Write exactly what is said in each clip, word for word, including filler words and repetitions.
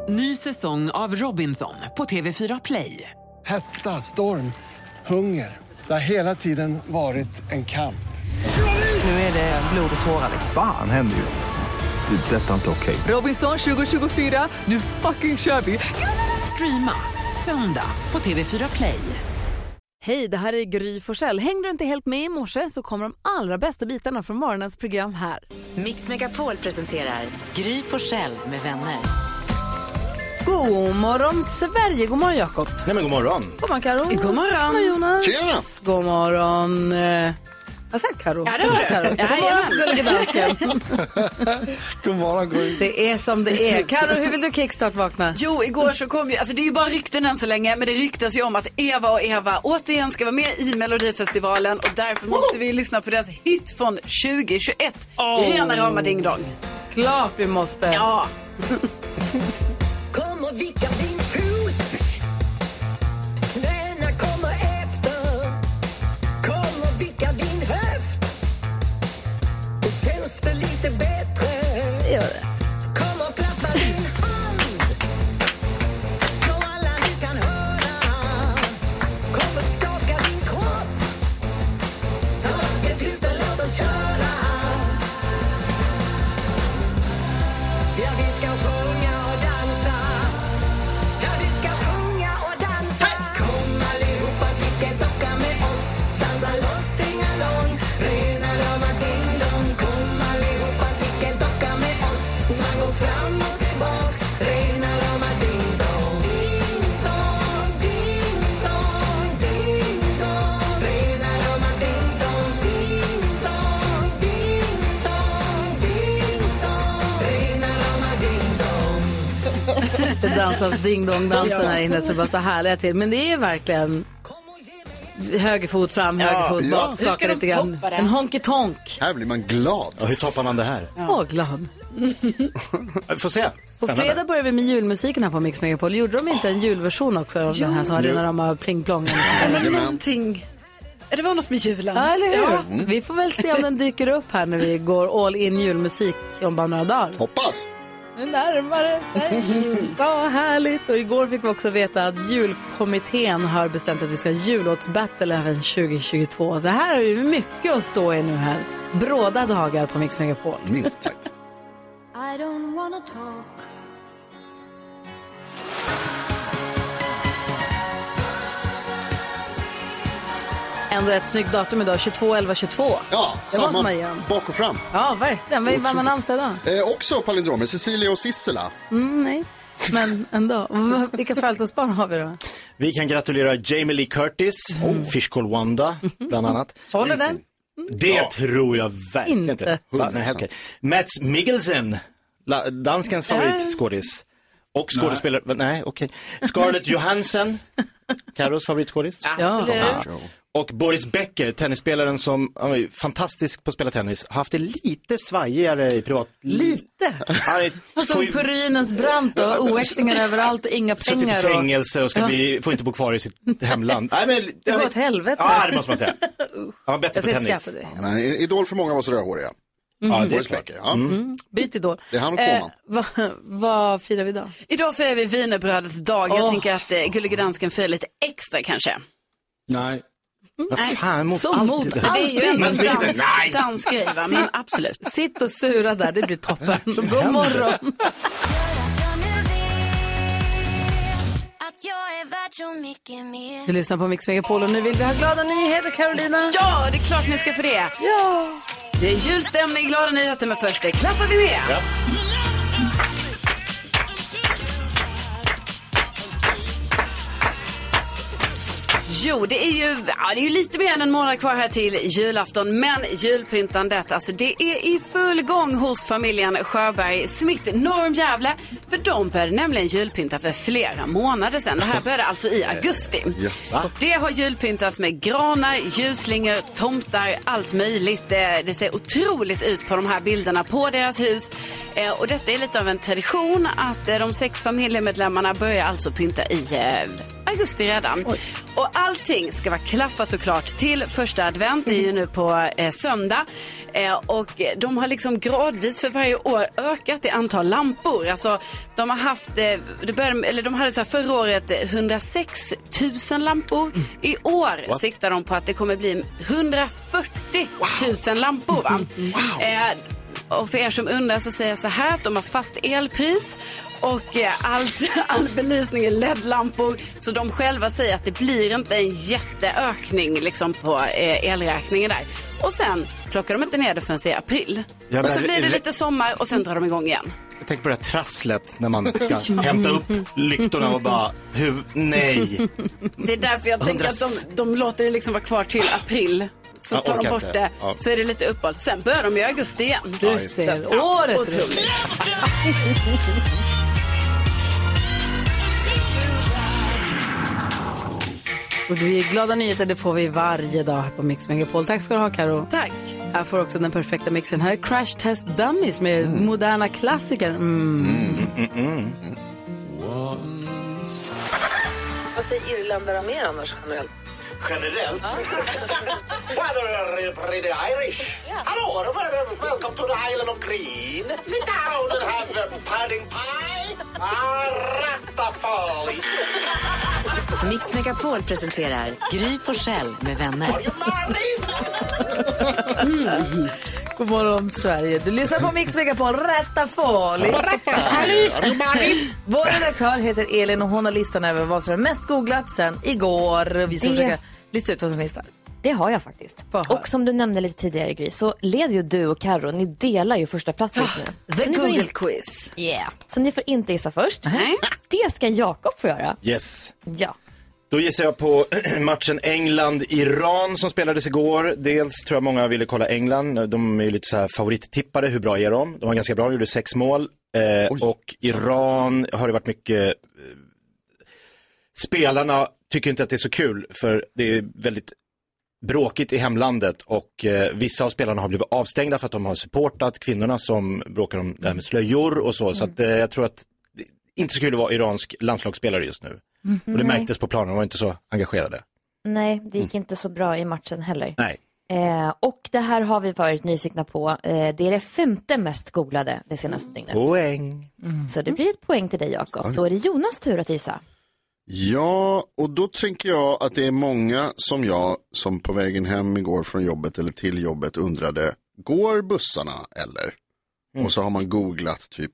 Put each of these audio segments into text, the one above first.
Ny säsong av Robinson på T V fyra Play. Hetta, storm, hunger. Det har hela tiden varit en kamp. Nu är det blod och tårar. Fan händer just det. Det är detta inte okej. Robinson tjugo tjugofyra, nu fucking kör vi. Streama söndag på T V fyra Play. Hej, det här är Gry Forssell. Hängde du inte helt med i morse så kommer de allra bästa bitarna från morgonens program här. Mix Megapol presenterar Gry Forssell med vänner. God morgon Sverige, god morgon Jakob. Nej men god morgon. God morgon Karo. God morgon. God Jonas. Tjena. God morgon. Eh, vad sa Karo? Ja, det var Karo. det. God morgon gullige dansken. God morgon Gry. Det är som det är. Karo, hur vill du kickstart vakna? Jo, igår så kom ju, alltså det är ju bara rykten än så länge, men det ryktas ju om att Eva och Eva återigen ska vara med i Melodifestivalen och därför måste vi lyssna på deras hit från tjugo tjugoett. Oh. Rena rama ding dong. Klart vi måste. Ja. Kom och vicka din fot. Knäna kommer efter. Kom och vicka din höft. Och känns det lite bättre. Det gör det. Kom och klappa din hand. Så alla ni kan höra. Kom och skaka din kropp. Taket lyfter, låt oss köra. Ja, vi ska sjunga och dansa. Ja, vi ska sjunga och dansa. Kom allihopa, vilka docka med oss. Dansa loss, singa lång. Rena rama ding dong. Kom allihopa, vilka docka med oss. Man går fram och tillbaks. Rena rama ding dong. Ding dong, ding dong, ding dong. Rena rama ding dong. Ding dong, ding dong, ding dong. Rena rama ding dong. Det dansas ding-dong-dansen här inne så det bara står härliga till. Men det är verkligen höger fot fram, höger fot Ja. bak, Hur ska skakar de lite grann. toppa det? En honky-tonk. Här blir man glad. Ja, hur toppar man det här? Åh, glad. Vi får se. På Spännande. fredag börjar vi med julmusiken här på Mix Megapol. Gjorde de inte en julversion också av den här som har rena rama pling-plong? Men någonting. Ja, det var något med julen. Ja, eller hur? Ja. Vi får väl se om den dyker upp här när vi går all in julmusik om bara några dagar. Hoppas. Nu närmar det sig jul, så härligt. Och igår fick vi också veta att julkommittén har bestämt att vi ska ha jullåtsbattle även tjugo tjugotvå. Så här har vi mycket att stå i nu här. Bråda dagar på Mix Megapol. Minst sagt. I don't wanna talk. Ändå ett snyggt datum idag, tjugotvå elva tjugotvå. Ja, Det måste samma man göra. bak och fram. Ja, verkligen. Vad var man anställd då? Eh, också palindromer, Cecilia och Sissela. Mm, nej, men ändå. V- Vilka födelsedagsbarn har vi då? Vi kan gratulera Jamie Lee Curtis, Fish Call Wanda, bland annat. Håller den? Det Ja. tror jag verkligen Inte. inte. Va? Nej, okej. Mats Mikkelsen, la- danskens favoritskådis. Och skådespelare, nej, nej okej. Scarlett Johansson, Karos favoritskådis. Ja. Joe. Och Boris Becker, tennisspelaren som han var ju fantastisk på att spela tennis, har haft det lite svajigare i privat. Lite. Han är- Och får så ju- purynens brant och oäktingar överallt och inga suttit i pengar. Och... fängelse och ska bli, får inte bo kvar i sitt hemland. Nej, men, Det går åt helvete. Ja, det måste man säga. Han var bättre Jag på ska inte tennis. skaffa det. Men idol för många var så rödhåriga. Ja, det är Boris klart. Becker, ja. Byt idol. Det är han och Kåman. vad vad firar vi idag? Idag firar vi wienerbrödets dag. Jag Åh. tänker att eh, gullige dansken firar lite extra kanske. Nej. Vad fan, mot Så allt mot det där. Det är ju en Men Mikkelsen, dans, nej. dansgrej va, men absolut. Sitt och sura där, det blir toppen. God morgon. Du lyssnar på Mix Megapol och nu vill vi ha glada nyheter, Carolina. Ja, det är klart ni ska få det. Ja. Det är julstämning, glada nyheter, men först det klappar vi med. Ja. Jo, det är ju ja, det är ju lite mer än en månad kvar här till julafton, men julpyntandet, alltså det är i full gång hos familjen Sjöberg Smith norr om Gävle, för de började nämligen julpynta för flera månader sedan. Det här började alltså i augusti. Yes. Det har julpyntats med granar, ljusslingor, tomtar, allt möjligt. Det, det ser otroligt ut på de här bilderna på deras hus. Eh, och detta är lite av en tradition att eh, de sex familjemedlemmarna börjar alltså pynta i eh, augusti redan. Oj. Och allting ska vara klaffat och klart till första advent. Det är ju nu på eh, söndag. Eh, och de har liksom gradvis för varje år ökat i antal lampor. Alltså de har haft, eh, det började, eller de hade så här förra året hundrasex tusen lampor. Mm. I år What? siktar de på att det kommer bli hundrafyrtio tusen wow. lampor, va? Wow. Eh, och för er som undrar så säger jag så här att de har fast elpris och eh, allt, all belysning är L E D-lampor, så de själva säger att det blir inte en jätteökning liksom på eh, elräkningen där. Och sen plockar de inte ner det förrän i april. Ja, och så blir det lite sommar och sen drar de igång igen. Jag tänker på det här trasslet när man ska hämta upp lyktorna och bara, hur, nej. Det är därför jag tänker att de, de låter det liksom vara kvar till april. Så tar ja, de bort det, ja. Så är det lite uppehåll. Sen börjar de i augusti igen. Du ja, ser, så, ja, året otroligt. Och det är glada nyheter, det får vi varje dag på Mix Megapol. Tack ska du ha, Karo. Tack. Här får också den perfekta mixen. Här är Crash Test Dummies med mm. moderna klassiker. Mm. Mm, mm, mm. Vad säger irländare mer annars generellt? Generellt? Weather pretty Irish. Hello, welcome to the island of Green. Sit down and have a pudding pie. Ah, rattafali. Mix Megapol presenterar Gry Forssell med vänner. Are you married? Mm. God morgon, Sverige. Du lyssnar på Mix Megapol. Rattafali. Rattafali. Are you married? Vår redaktör heter Elin och hon har listan över vad som är mest googlat sen igår. Vi ska det... försöka lista ut vad som finns där. Det har jag faktiskt. Och som du nämnde lite tidigare, Gry, så leder ju du och Karo, ni delar ju första platsen nu. The Google in... Quiz. Yeah. Så ni får inte gissa först. Nej. Det ska Jakob få göra. Yes. Ja. Då gissar jag på matchen England-Iran som spelades igår. Dels tror jag många ville kolla England. De är ju lite så här favorittippade. Hur bra är de? De var ganska bra, de gjorde sex mål. Eh, och Iran har det varit mycket... Eh, spelarna tycker inte att det är så kul, för det är väldigt bråkigt i hemlandet. Och eh, vissa av spelarna har blivit avstängda för att de har supportat kvinnorna som bråkar om det här med slöjor och så. Mm. Så att, eh, jag tror att det är inte så kul att vara iransk landslagsspelare just nu. Mm, och det nej. märktes på planen, de var inte så engagerade. Nej, det gick mm. inte så bra i matchen heller. Nej. Eh, och det här har vi varit nyfikna på. Eh, det är det femte mest googlade det senaste dygnet. Poäng. Mm. Så det blir ett poäng till dig, Jakob. Då är det Jonas tur att gissa. Ja, och då tänker jag att det är många som jag som på vägen hem igår från jobbet eller till jobbet undrade, går bussarna eller? Mm. Och så har man googlat typ,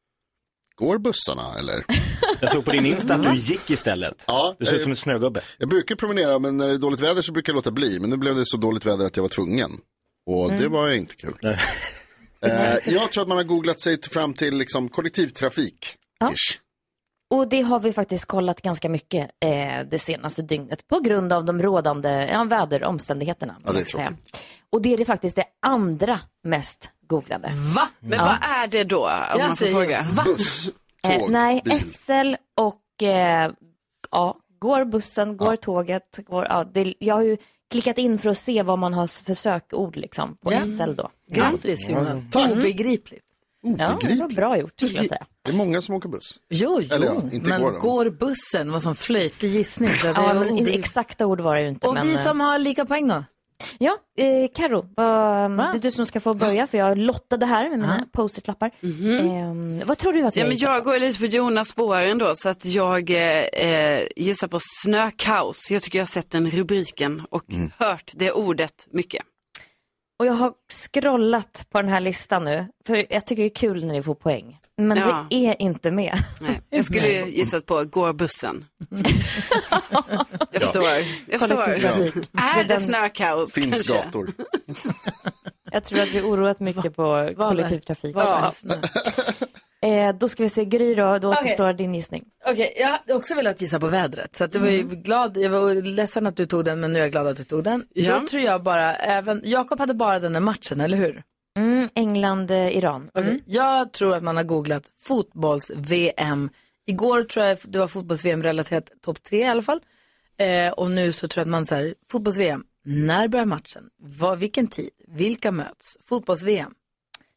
går bussarna eller? Jag såg på din Insta att du gick istället. Ja, du ser ut som en snögubbe. Jag brukar promenera, men när det är dåligt väder så brukar jag låta bli. Men nu blev det så dåligt väder att jag var tvungen. Och mm. det var inte kul. Nej. eh, jag tror att man har googlat sig fram till liksom kollektivtrafik. Ja. Och det har vi faktiskt kollat ganska mycket eh, det senaste dygnet på grund av de rådande ja, väderomständigheterna. Ja, det är säga. Och det är det faktiskt det andra mest googlade. Va? Men ja. vad är det då? Om man får fråga. Va? Buss, tåg, eh, Nej, bil. S L och eh, ja, går bussen, går ja. tåget. Går, ja, det, jag har ju klickat in för att se vad man har för sökord liksom, på ja. S L då. Grattis, Jonas. Ja. Obegripligt. Ja, det var bra gjort, skulle jag säga. Det är många som åker buss. Jo, jo. Eller, ja, inte men går, går bussen? Vad som flöjtig gissning. Ja, men exakta ord var det ju inte. Och men... vi som har lika poäng då? Ja, eh, Karo, uh, det är du som ska få börja, för jag lottade här med mina post-it-lappar. Mm-hmm. Eh, vad tror du att jag ja, men Jag går lite på Jonas spåren då, så att jag eh, gissar på snökaos. Jag tycker jag har sett den rubriken och mm. hört det ordet mycket. Och jag har scrollat på den här listan nu, för jag tycker det är kul när ni får poäng. Men ja. det är inte med. Nej. Jag skulle ju gissat på, går bussen? jag förstår. Jag förstår. Ja. Är det snökaos? Finns gator. Jag tror att vi oroat mycket på kollektivtrafik. Ja. Eh, då ska vi se, Gry då, då återstår okay. din gissning. Okej, okay, jag har också velat gissa på vädret. Så att jag var ju glad, jag var ledsen att du tog den, men nu är jag glad att du tog den. Ja. Då tror jag bara, även, Jakob hade bara den här matchen, eller hur? Mm, England, eh, Iran. Okay. Mm. Jag tror att man har googlat fotbolls-V M. Igår tror jag det var fotbolls-V M-relaterat topp tre i alla fall. Eh, och nu så tror jag att man säger fotbolls-V M. När börjar matchen? Var, vilken tid? Vilka möts? Fotbolls-V M.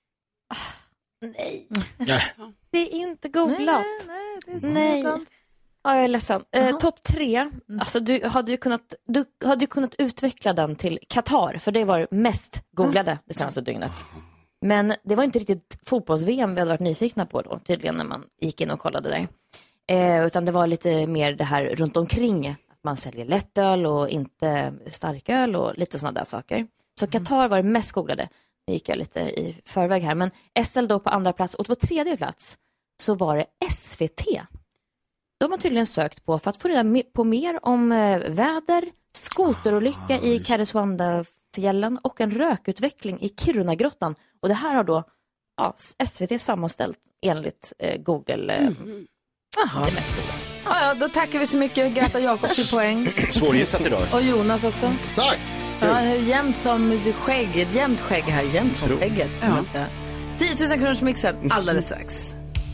Nej. Det är inte googlat. Nej, nej, det är nej. Ja, jag är ledsen. Eh, Topp tre. Alltså, du hade ju kunnat, du hade ju kunnat utveckla den till Qatar. För det var mest googlade det senaste dygnet. Men det var inte riktigt fotbolls-V M vi hade varit nyfikna på då. Tydligen när man gick in och kollade där. Eh, utan det var lite mer det här runt omkring. Att man säljer lättöl och inte starköl och lite sådana där saker. Så Qatar var det mest googlade. Nu gick jag lite i förväg här. Men S L då på andra plats. Och på tredje plats så var det S V T. De har tydligen sökt på för att få reda på mer om eh, väder, skoterolycka i Karesuanda-fjällen och en rökutveckling i Kirunagrottan. Och det här har då ja, S V T sammanställt enligt eh, Google. Eh, mm. Jaha. Ja, ja, då tackar vi så mycket. Greta Jakob till poäng. Svårgissat idag. Och Jonas också. Tack! Ja, jämnt som skägg. Ett jämnt skägg här. Jämnt som skägget. Ja. tio tusen kronors mixen alldeles strax.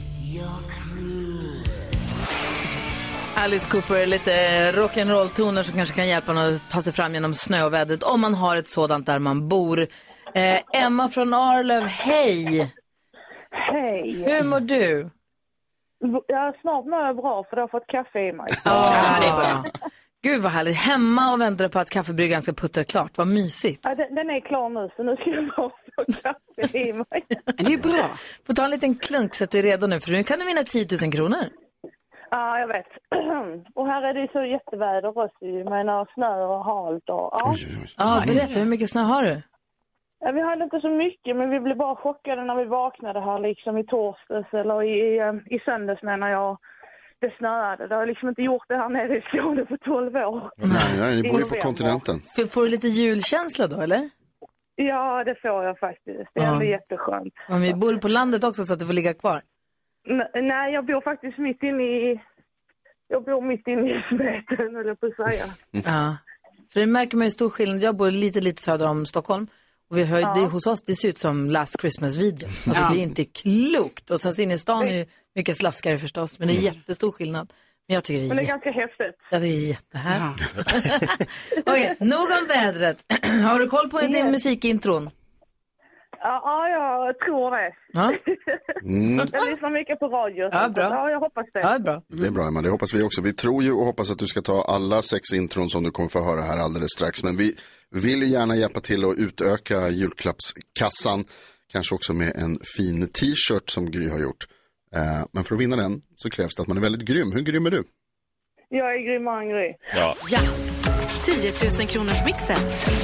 Alice Cooper, lite rock'n'roll-toner som kanske kan hjälpa en att ta sig fram genom snövädret om man har ett sådant där man bor. Eh, Emma från Arlöv, hej! Hej! Hur mår du? Ja, snart mår jag bra för jag har fått kaffe i mig. Ja, det är bra. Gud vad härligt, hemma och väntar på att kaffebryggaren ska puttra klart, vad mysigt. Ja, den, den är klar nu så nu ska jag bara få kaffe i mig. Det är bra. Får ta en liten klunk så att du är redo nu för nu kan du vinna tio tusen kronor. Ja, jag vet. Och här är det så jätteväder också. Jag menar snö och halt och ja. Ja, berätta, hur mycket snö har du? Ja, vi hade inte så mycket men vi blev bara chockade när vi vaknade här liksom i torsdags eller i, i, i söndags menar jag. Det snöade. Det har liksom inte gjort det här nere i Skåne på tolv år. Nej, nej ni bor ju på kontinenten. F- får du lite julkänsla då, eller? Ja, det får jag faktiskt. Det är ja. ändå jätteskönt. Men vi bor på landet också så att du får ligga kvar. N- nej, jag bor faktiskt mitt inne i... Jag bor mitt inne i Smeten, eller på att säga. Ja, för det märker man ju stor skillnad. Jag bor lite, lite söder om Stockholm. Och vi hör, ja. det, hos oss, det ser ut som Last Christmas-video. Alltså ja. det är inte klokt. Och sen inne i stan är det mycket slaskare förstås. Men det är jättestor skillnad. Men jag tycker det är, men det är jä- ganska häftigt. Jag tycker det är jättehärligt. Ja. Okej, nog om vädret. Har du koll på din yes. musikintron? Ja, jag tror det. Ja. Mm. Jag lyssnar mycket på radio. Ja, bra. Ja, jag hoppas det. Ja, bra. Det är bra, Emma. Det hoppas vi också. Vi tror ju och hoppas att du ska ta alla sex intron som du kommer få höra här alldeles strax. Men vi vill ju gärna hjälpa till att utöka julklappskassan. Kanske också med en fin t-shirt som Gry har gjort. Eh, men för att vinna den så krävs det att man är väldigt grym. Hur grym är du? Jag är grymmare än Gry. Ja. Ja. tio tusen kronors mixen.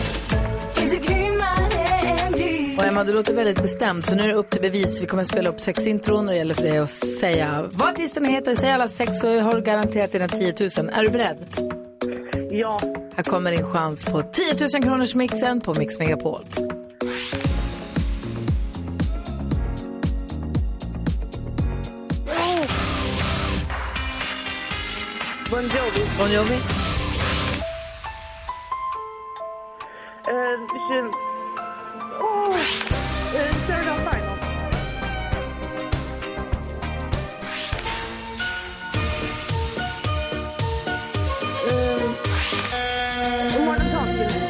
Och Emma, du låter väldigt bestämt. Så nu är det upp till bevis. Vi kommer att spela upp sex intron och det gäller för dig att säga vad artisten heter. Säg alla sex så har du garanterat dina tio tusen. Är du beredd? Ja. Här kommer din chans på tio tusen kronors mixen på Mix Megapol. Bon Jovi. Bon Jovi. Uh, she... Oh, uh, Sarah Final. Uh, Modern Talking.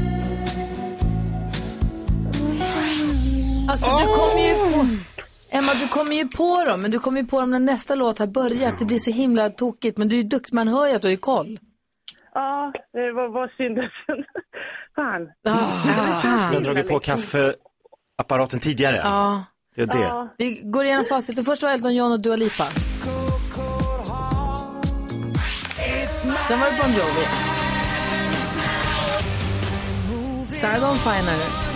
Alltså du kommer ju på... Emma, du kommer ju på dem, men du kommer ju på dem när nästa låt har börjat. Det blir så himla tokigt, men du är duktig, man hör ju att du är koll. Ja, det var, var synd. Fan. Oh, fan. Du har dragit på kaffeapparaten tidigare. Ja. Det är det. Ja. Vi går igenom facit. Det första var Elton John och Dua Lipa. Sen var det Bon Jovi. Sargon Finer.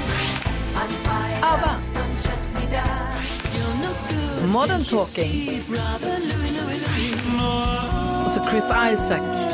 ABBA. Modern Talking. Och så Chris Isaac.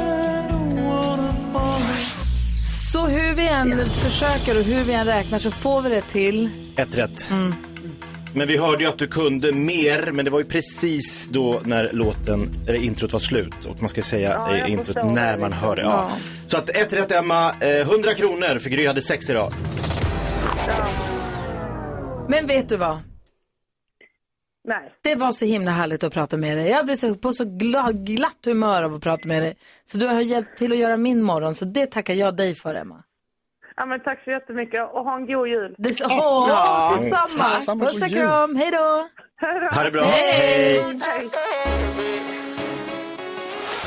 Så hur vi än försöker och hur vi än räknar så får vi det till... Ett rätt. Mm. Men vi hörde ju att du kunde mer, men det var ju precis då när låten, eller introt var slut. Och man ska säga ja, eh, introt när man hör det. Ja. Ja. Så att ett rätt, Emma, eh, hundra kronor, för Gry hade sex idag. Ja. Men vet du vad? Nej. Det var så himla härligt att prata med dig. Jag blev så, på så glad, glatt humör av att prata med dig. Så du har hjälpt till att göra min morgon. Så det tackar jag dig för, Emma. Ja, men tack så jättemycket och ha en god jul. Det, åh, ja, detsamma. Puss och kram. Hej då. Ha det bra. Hej. Hej.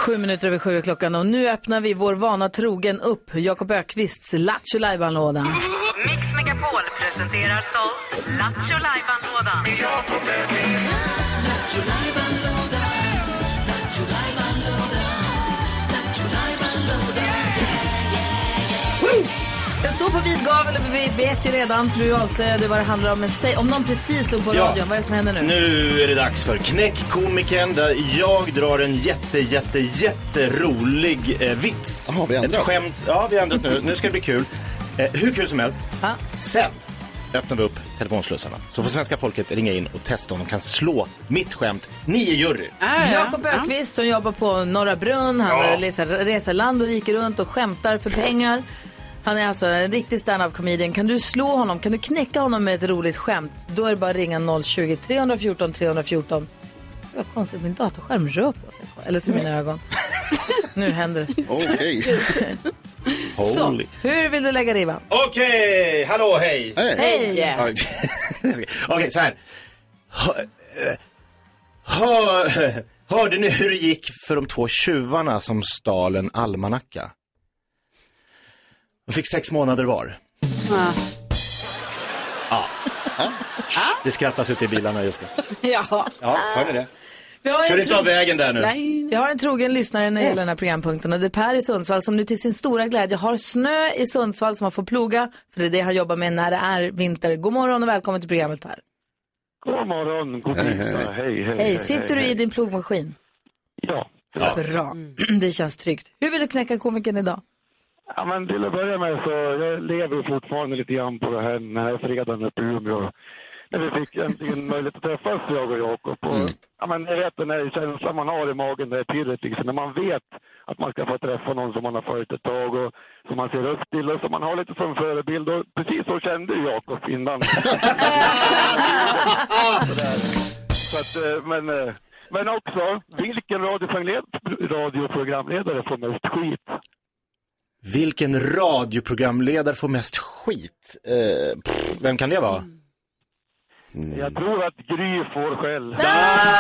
Sju minuter över sju klockan och nu öppnar vi vår vana trogen upp Jakob Ökvists Lattjo Lajban-låda. Mix Megapol presenterar stolt Lattjo Lajban-lådan. Jag står på vid gavel och vi vet ju redan, för du avslöjade vad det handlar om. Men säg, om någon precis såg på Ja. radion, vad är det som händer nu? Nu är det dags för Knäckkomikern där jag drar en jätte, jätte, jätterolig eh, vits. Jaha, vi ändrat. Ett skämt. Ja, vi har ändrat nu. Nu ska det bli kul. Eh, hur kul som helst. Ja. Sen öppnar vi upp telefonslussarna. Så får svenska folket ringa in och testa om de kan slå mitt skämt. Ni är jury. Ah, Jakob Ökvist som jobbar på Norra Brunn. Han Ja. reser, reser land och riker runt och skämtar för pengar. Han är alltså en riktig stand-up comedian. Kan du slå honom? Kan du knäcka honom med ett roligt skämt? Då är det bara att ringa noll tjugo, tre fjorton, tre fjorton. Det var konstigt, min datorskärm rör på sig. Eller så mina ögon. Nu händer det. Okej. Så, Holy. hur vill du lägga rivan? Okej, hallå, hej. Hej. Hej! Okej, okay, så här. Hör, hör, hörde ni hur det gick för de två tjuvarna som stal en almanacka? De fick sex månader var. Ja. Ja. Det skrattas ute i bilarna just nu. Ja. Ja, hör ni det? Vi har, Kör en inte av tro... vägen där nu. Nej. Vi har en trogen lyssnare när det gäller den här programpunkten. Och det är Per i Sundsvall som nu till sin stora glädje har snö i Sundsvall som han får ploga. För det är det han jobbar med när det är vinter. God morgon och välkommen till programmet, Per. God morgon, god Hej, tisdag. hej. Hej, hej. Hej, sitter du i din plogmaskin? Ja. Ja. Bra, det känns tryggt. Hur vill du knäcka komikern idag? Ja, men till att börja med så jag lever fortfarande lite grann på det här den här fredagen uppe i Umeå. När vi fick äntligen möjlighet att träffas, jag och Jakob. Och, Mm. ja, men jag vet den här känslan man har i magen, det är pirret liksom. När man vet att man ska få träffa någon som man har följt ett tag och som man ser upp till och som man har lite som förebild. Och precis så kände Jakob innan. så att, eh, men, eh, men också, vilken radioprogramledare får mest skit? Vilken radioprogramledare får mest skit? Eh, pff, vem kan det vara? Mm. Jag tror att Gry får själv. Nu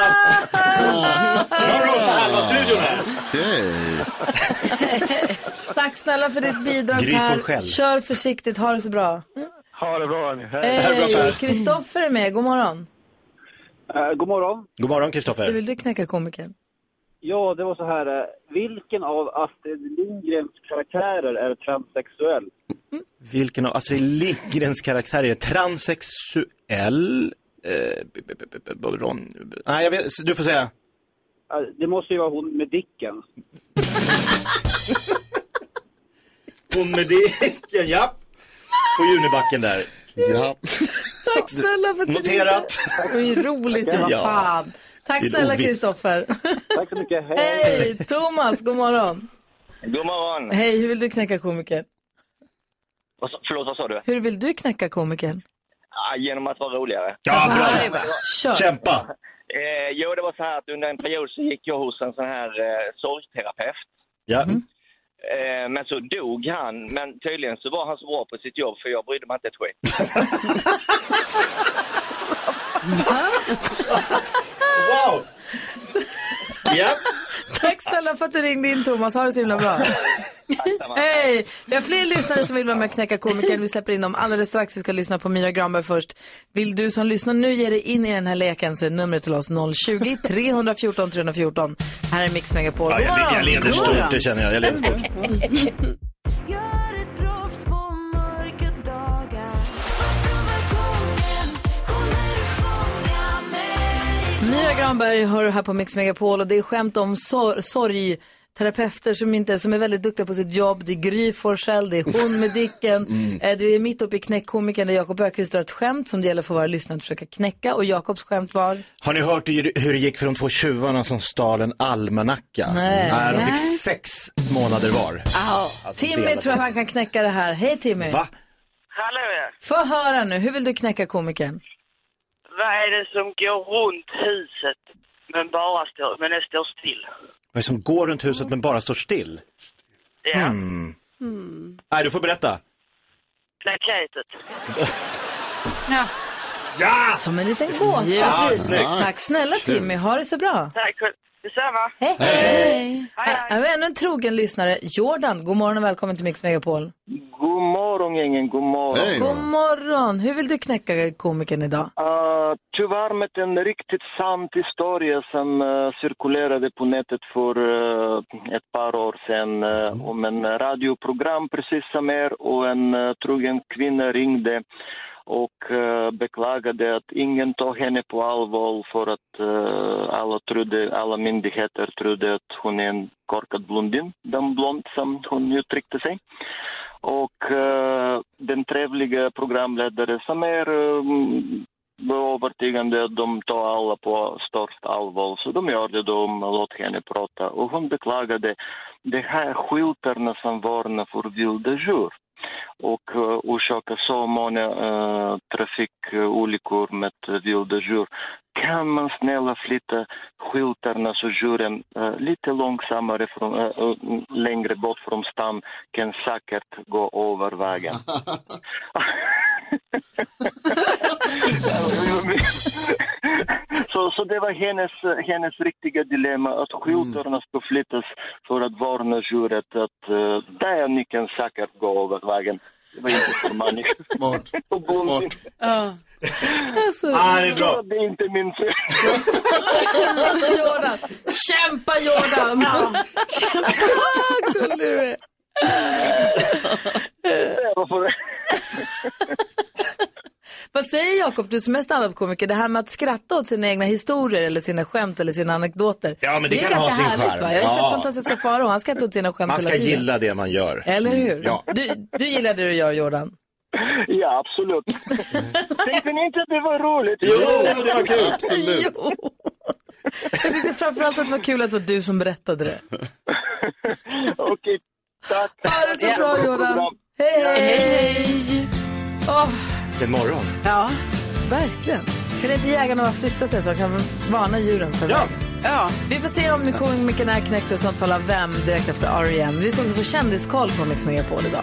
har du rostat halva studion här. Okej. Tack snälla för ditt bidrag, Gry får Per. själv. Kör försiktigt, ha det så bra. Ha det bra, hörni. Hej, Kristoffer är med, god morgon. Uh, god morgon. God morgon, Hur Kristoffer. vill du knäcka komikern? Ja, det var så här. Uh, vilken av Astrid Lindgrens karaktärer är transsexuell? Vilken av Astrid Lindgrens karaktärer är transsexuell? Eh, b- b- b- b- Ron... Nej, jag vet, du får säga. Uh, det måste ju vara hon med Dickens. Hon med Dicken, ja. På Junibacken där. Ja. Tack snälla för att du Noterat. Det är roligt, ju, vad Ja. fan. Tack Det är snälla ovigt. Kristoffer. Tack så mycket. Hej. Hej, Thomas, god morgon. God morgon. Hej, hur vill du knäcka komikern? Vad sa- Förlåt, vad sa du? Hur vill du knäcka komikern? Ah, genom att vara roligare. Ja, bra. Kör. Kämpa. Eh, jo, det var så här att under en period så gick jag hos en sån här eh, sorgterapeut. Ja. Mm. Eh, men så dog han. Men tydligen så var han så bra på sitt jobb för jag brydde mig inte ett skit. Wow. Ja. Tack snälla för att du ringde in, Thomas. Ha det så himla bra. Hej! Vi har fler lyssnare som vill vara med och knäcka komikern. Vi släpper in dem alldeles strax. Vi ska lyssna på Myra Granberg först. Vill du som lyssnar nu ge dig in i den här leken så är numret till oss noll tjugo, tre fjorton, tre fjorton. Här är Mix Megapol. Ja, jag, jag leder stort, det känner jag. Jag leder stort. Myra Granberg hör du här på Mix Megapol och det är skämt om sor- sorgterapeuter som, inte, som är väldigt duktiga på sitt jobb. Det är Gry Forssell, det är hon med Dicken. Mm. Eh, Du är mitt uppe i knäckkomikern där Jakob Ökvist drar ett skämt som det gäller för våra lyssnare att försöka knäcka. Och Jakobs skämt var... Har ni hört hur det gick för de två tjuvarna som stal en almanacka? Nej. Nej, de fick sex månader var. Ah, Alltså, Timmy delat. tror att han kan knäcka det här. Hej Timmy. Va? Hallå ja. Få höra nu, hur vill du knäcka komikern? Vad är det som går runt huset men bara står, men det står still? Vad är det som går runt huset men bara står still? Ja. Hmm. Mm. Nej, du får berätta. Plaketet. Ja. Ja! Som en liten gåta. Ja, Precis. snyggt. Tack snälla Timmy, ha det så bra. Tack själv. Detsamma. Hej, hej. Här är ännu en trogen lyssnare. Jordan, god morgon och välkommen till Mix Megapol. God morgon, gängen. God morgon. Hej, God morgon. Hur vill du knäcka komikern idag? Uh, tyvärr med en riktigt sant historia som uh, cirkulerade på nätet för uh, ett par år sedan uh, mm. om en radioprogram precis som er, och en uh, trogen kvinna ringde och uh, beklagade att ingen tog henne på allvar för att uh, alla, trodde, alla myndigheter trodde att hon är en korkad blondin, den blond som hon uttryckte sig. Och uh, den trevliga programledare som är um, var övertygande att de tar alla på störst allvar. Så de gjorde det, de låt henne prata. Och hon beklagade de här skyltarna som varnar för vilda djur. Och uh, orsakar så många uh, trafikolyckor med vilda djur. Kan man snälla flytta skyltarna så djuren uh, lite långsammare från, uh, längre bort från stan kan säkert gå över vägen. så, så det var hennes, hennes riktiga dilemma, att skyltarna ska flyttas för att varna djuret att uh, där ni kan säkert gå över vägen. Det var inte för man. Smart. Smart. Ja. Alltså, ah, det är bra. Det är inte min fel. Jordan. Kämpa, Jordan. Ja. Kämpa. Gullig du är. Vad säger Jakob, du som är standup-komiker, det här med att skratta åt sina egna historier eller sina skämt eller sina anekdoter. Ja, men det, det är kan ganska ha sin härligt, charm. va? Jag har ja. sett Fantastiska Farao, han skrattar åt sina skämt Man ska hela tiden. gilla det man gör. Eller hur? Ja. Du, du gillar det du gör, Jordan. Ja, absolut. Tänkte ni inte att det var roligt? Jo, det var kul. Absolut. Jo. Jag tyckte framförallt att det var kul att det var du som berättade det. Okej, tack. Ha det så bra, Jordan. Hej, hej. hej. Oh. Det är morgon. Ja, verkligen. Kan inte jägarna bara flytta sig så de kan varna djuren för ja. vägen? Ja. Vi får se om komikern är knäckt och i sånt fall av vem direkt efter R E M. Vi ska också få kändiskoll på Mix Megapol idag.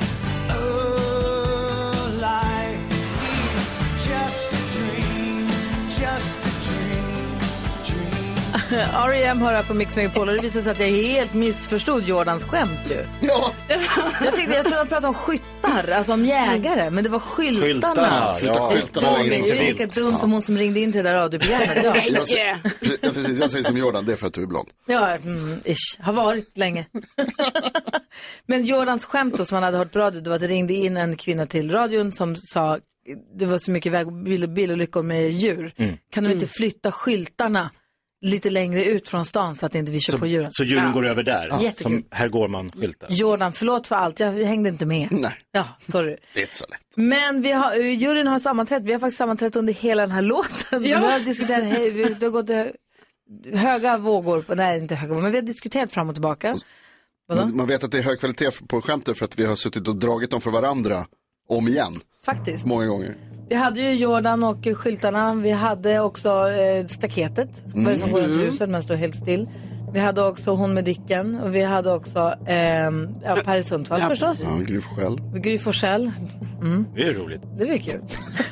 R E M hör här på Mix Megapol och det visar sig att jag helt missförstod Jordans skämt ju. Ja. Jag tyckte jag trodde att prata om skyttar, alltså om jägare, men det var skyltarna. Skyltarna, ja. Skyltarna. Det är ju lika dumt som hon som ringde in till det där radioprogrammet. Ja. Jag, säger, ja, precis, jag säger som Jordan, det är för att du är blond. Ja, mm, ish, har varit länge. Men Jordans skämt då, som han hade hört på radio, det var att det ringde in en kvinna till radion som sa det var så mycket väg, bil, bilolyckor med djur. Mm. Kan de inte flytta skyltarna lite längre ut från stan så att inte vi kör så, på djuren? Så djuren ja. går över där. Ja. Som här går man skyltar. Jordan, förlåt för allt. Jag hängde inte med. Nej. Ja, sorry. Det är inte så lätt. Men vi har, juryn har sammanträtt. Vi har faktiskt sammanträtt under hela den här låten. Ja. Vi har diskuterat, hej, vi har gått höga vågor på, nej inte höga vågor, men vi har diskuterat fram och tillbaka. Man, man vet att det är hög kvalitet på skämtet för att vi har suttit och dragit dem för varandra om igen. Faktiskt. Många gånger. Vi hade ju Jordan och skyltarna. Vi hade också eh, staketet. Mm. Vad är det som går runt huset men står helt still. Vi hade också hon med Dicken. Och vi hade också eh, ja, Per Sundvall ja, förstås. Ja, Gry Forssell. Gry Forssell. Mm. Det är roligt. Det är kul.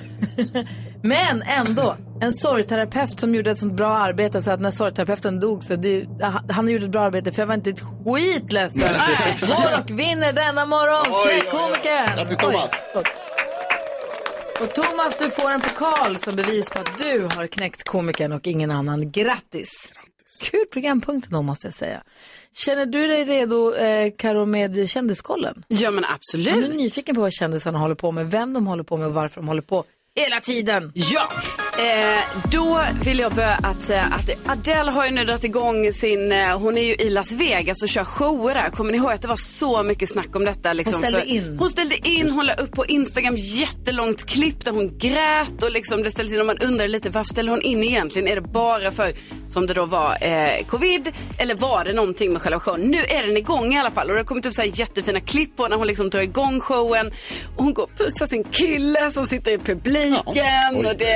Men ändå, en sorgterapeut som gjorde ett sånt bra arbete så att när sorgterapeuten dog så det, han gjorde ett bra arbete för jag var inte ett skitledsen. Och vinner denna morgon skräckkomikern. Grattis Thomas. Oj, och Thomas, du får en pokal som bevis på att du har knäckt komikern och ingen annan. Grattis. Grattis. Kul programpunkt då måste jag säga. Känner du dig redo, eh, Karo, med kändiskollen? Ja, men absolut. Jag är nyfiken på vad kändisarna håller på med, vem de håller på med och varför de håller på hela tiden. Ja, eh, då vill jag börja att säga att Adele har ju nu dragit igång sin, eh, hon är ju i Las Vegas och kör shower där. Kommer ni ihåg att det var så mycket snack om detta? Liksom, hon ställde för, in. Hon ställde in, hon la upp på Instagram jättelångt klipp där hon grät och liksom det ställdes in och man undrar lite varför ställer hon in egentligen? Är det bara för, som det då var, eh, covid eller var det någonting med själva showen? Nu är den igång i alla fall och det har kommit upp så här jättefina klipp på när hon liksom drar igång showen och hon går och pussar sin kille som sitter i publiken. Ja, oj, och det är väldigt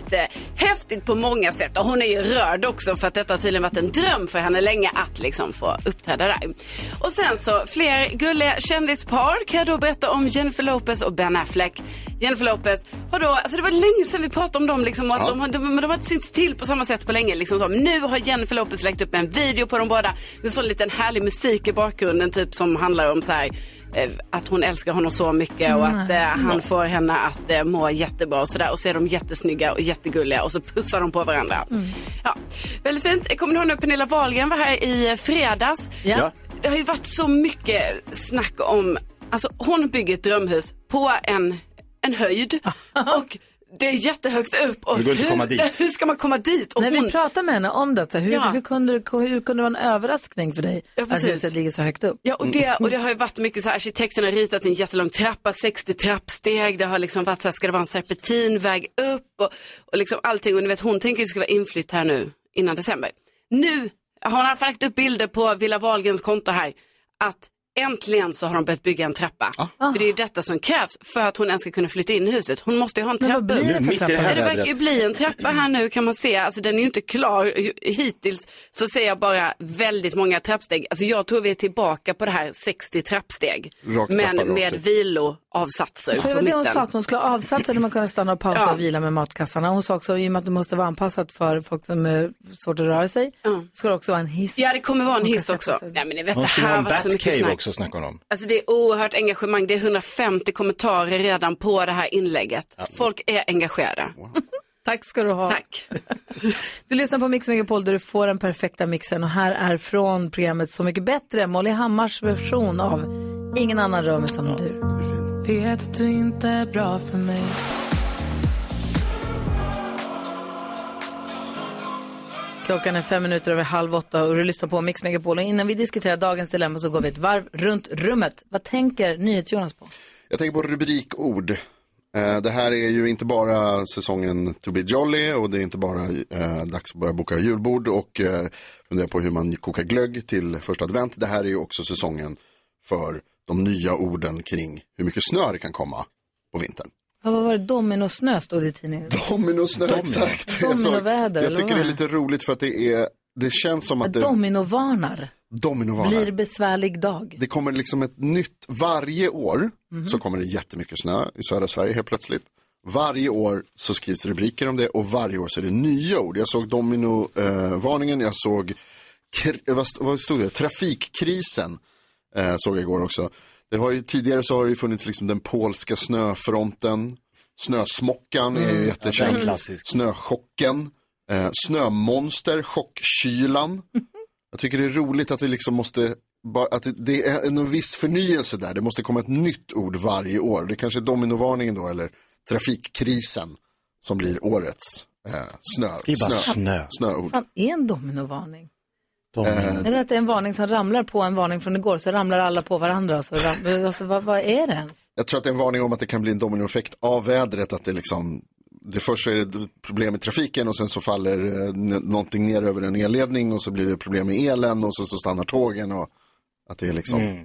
jättehäftigt på många sätt. Och hon är ju rörd också för att detta har tydligen varit en dröm för henne länge att liksom få uppträda där. Och sen så fler gulliga kändispar kan jag då berätta om Jennifer Lopez och Ben Affleck. Jennifer Lopez har då, alltså det var länge sedan vi pratade om dem liksom, och att ja. de, de, de har inte synts till på samma sätt på länge liksom, så. Men nu har Jennifer Lopez lagt upp en video på dem båda. Det är så en liten härlig musik i bakgrunden typ som handlar om så här eh, att hon älskar honom så mycket och att eh, han no. får henne att eh, må jättebra och sådär, och så är de jättesnygga och jättegulliga och så pussar de på varandra. Mm. Ja, väldigt fint. Kommer du ihåg när Pernilla Wahlgren var här i fredags? Ja. ja. Det har ju varit så mycket snack om, alltså hon bygger ett drömhus på en en höjd och det är jättehögt upp och hur, komma dit. hur ska man komma dit? Och När hon... vi pratade med henne om det, så hur, ja. hur, kunde, hur kunde det vara en överraskning för dig ja, att huset ligger så högt upp? Ja, och det, och det har ju varit mycket så här, arkitekterna har ritat en jättelång trappa, sextio trappsteg, det har liksom varit så här, ska det vara en serpentinväg upp och, och liksom allting, och ni vet, hon tänker att det ska vara inflytt här nu innan december. Nu har hon alltså lagt upp bilder på Villa Wahlgrens konto här att äntligen så har de börjat bygga en trappa. Ah. För det är ju detta som krävs för att hon ens ska kunna flytta in i huset. Hon måste ju ha en trappa. Men vad blir det för trappa? Det, det verkar ju bli en trappa här nu, kan man se. Alltså den är ju inte klar. Hittills så ser jag bara väldigt många trappsteg. Alltså jag tror vi är tillbaka på det här sextio trappsteg. Rakt men trappa, med viloavsatser för på det var det hon mitten. sa, att hon skulle avsatsa där man kunde stanna och pausa ja. och vila med matkassarna. Hon sa också, i och med att det måste vara anpassat för folk som är svårt att röra sig, ja. ska det också vara en hiss. Ja, det kommer vara en hiss också. Ja, men ni vet, hon det här en var så mycket snack. Också snackar om. Alltså det är oerhört engagemang. Det är hundrafemtio kommentarer redan på det här inlägget. Ja. Folk är engagerade. Wow. Tack ska du ha. Tack. Du lyssnar på Mix Megapol där du får den perfekta mixen. Och här är från programmet Så mycket bättre Molly Hammars version av Ingen annan rör mig som du. Vet att du inte är bra för mig. Klockan är fem minuter över halv åtta och du lyssnar på Mix Megapol. Och innan vi diskuterar dagens dilemma så går vi ett varv runt rummet. Vad tänker NyhetsJonas på? Jag tänker på rubrikord. Det här är ju inte bara säsongen To Be Jolly och det är inte bara eh, dags att börja boka julbord och eh, fundera på hur man kokar glögg till första advent. Det här är ju också säsongen för de nya orden kring hur mycket snö det kan komma på vintern. Ja, vad var det? Dominosnö stod det i tidningen. Dominosnö, Domino. Exakt. Dominoväder. Jag, jag tycker det är lite roligt för att det är, det känns som att det... Dominovarnar. Dominovarnar. Blir besvärlig dag. Det kommer liksom ett nytt, varje år mm-hmm. så kommer det jättemycket snö i södra Sverige helt plötsligt. Varje år så skrivs rubriker om det och varje år så är det nya ord. Jag såg dominovarningen, eh, jag såg, vad, vad stod det? Trafikkrisen eh, såg jag igår också. Det var ju, tidigare så har det ju funnits liksom den polska snöfronten, snösmockan mm. är ju jättekänd, ja, snöchocken, eh, snömonster, chockkylan. Jag tycker det är roligt att vi liksom måste, att det är en viss förnyelse där. Det måste komma ett nytt ord varje år. Det kanske är dominovarningen då, eller trafikkrisen som blir årets eh, snö, snö, snö. snöord. Vad fan är en dominovarning? Domino. Är det att det är en varning som ramlar på en varning från igår, så ramlar alla på varandra? Så ram... alltså, vad, vad är det ens? Jag tror att det är en varning om att det kan bli en dominoeffekt av vädret, att det liksom... Det första är det problem i trafiken och sen så faller eh, någonting ner över en elledning och så blir det problem med elen och så, så stannar tågen och att det är liksom... Mm.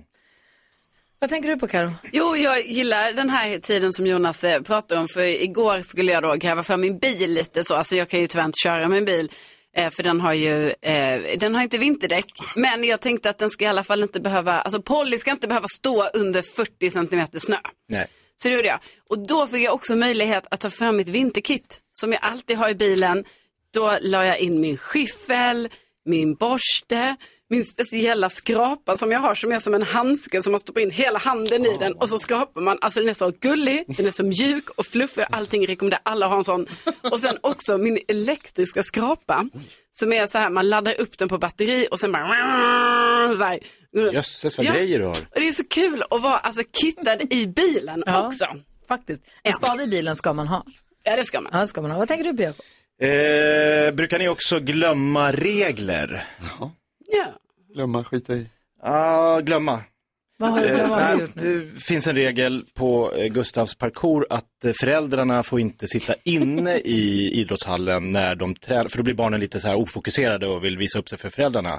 Vad tänker du på, Karo? Jo, jag gillar den här tiden som Jonas eh, pratar om, för igår skulle jag då gräva för min bil lite så, alltså jag kan ju tyvärr inte köra min bil eh, för den har ju, eh, den har inte vinterdäck, men jag tänkte att den ska i alla fall inte behöva, alltså Polly ska inte behöva stå under fyrtio centimeter snö. Nej. Så det gjorde jag. Och då fick jag också möjlighet att ta fram mitt vinterkit som jag alltid har i bilen. Då la jag in min skyffel, min borste, min speciella skrapa som jag har som är som en handske som man stoppar in hela handen i den och så skrapar man. Alltså den är så gullig, den är så mjuk och fluffig. Allting rekommenderar alla ha en sån. Och sen också min elektriska skrapa som är så här, man laddar upp den på batteri och sen bara så här. Jösses, vad ja. grejer du har. Och det är så kul att vara alltså kittad i bilen ja, också. Faktiskt. En spade i bilen ska man ha. Ja, det ska man. Ja, det ska man ha. Vad tänker du på, Jakob? Eh, brukar ni också glömma regler? Jaha. Ja. Glömma, skita i. Ja, ah, glömma. Vad har du, eh, vad har du gjort nu? Det finns en regel på eh, Gustavs parkour att eh, föräldrarna får inte sitta inne i idrottshallen när de tränar, för då blir barnen lite så här ofokuserade och vill visa upp sig för föräldrarna.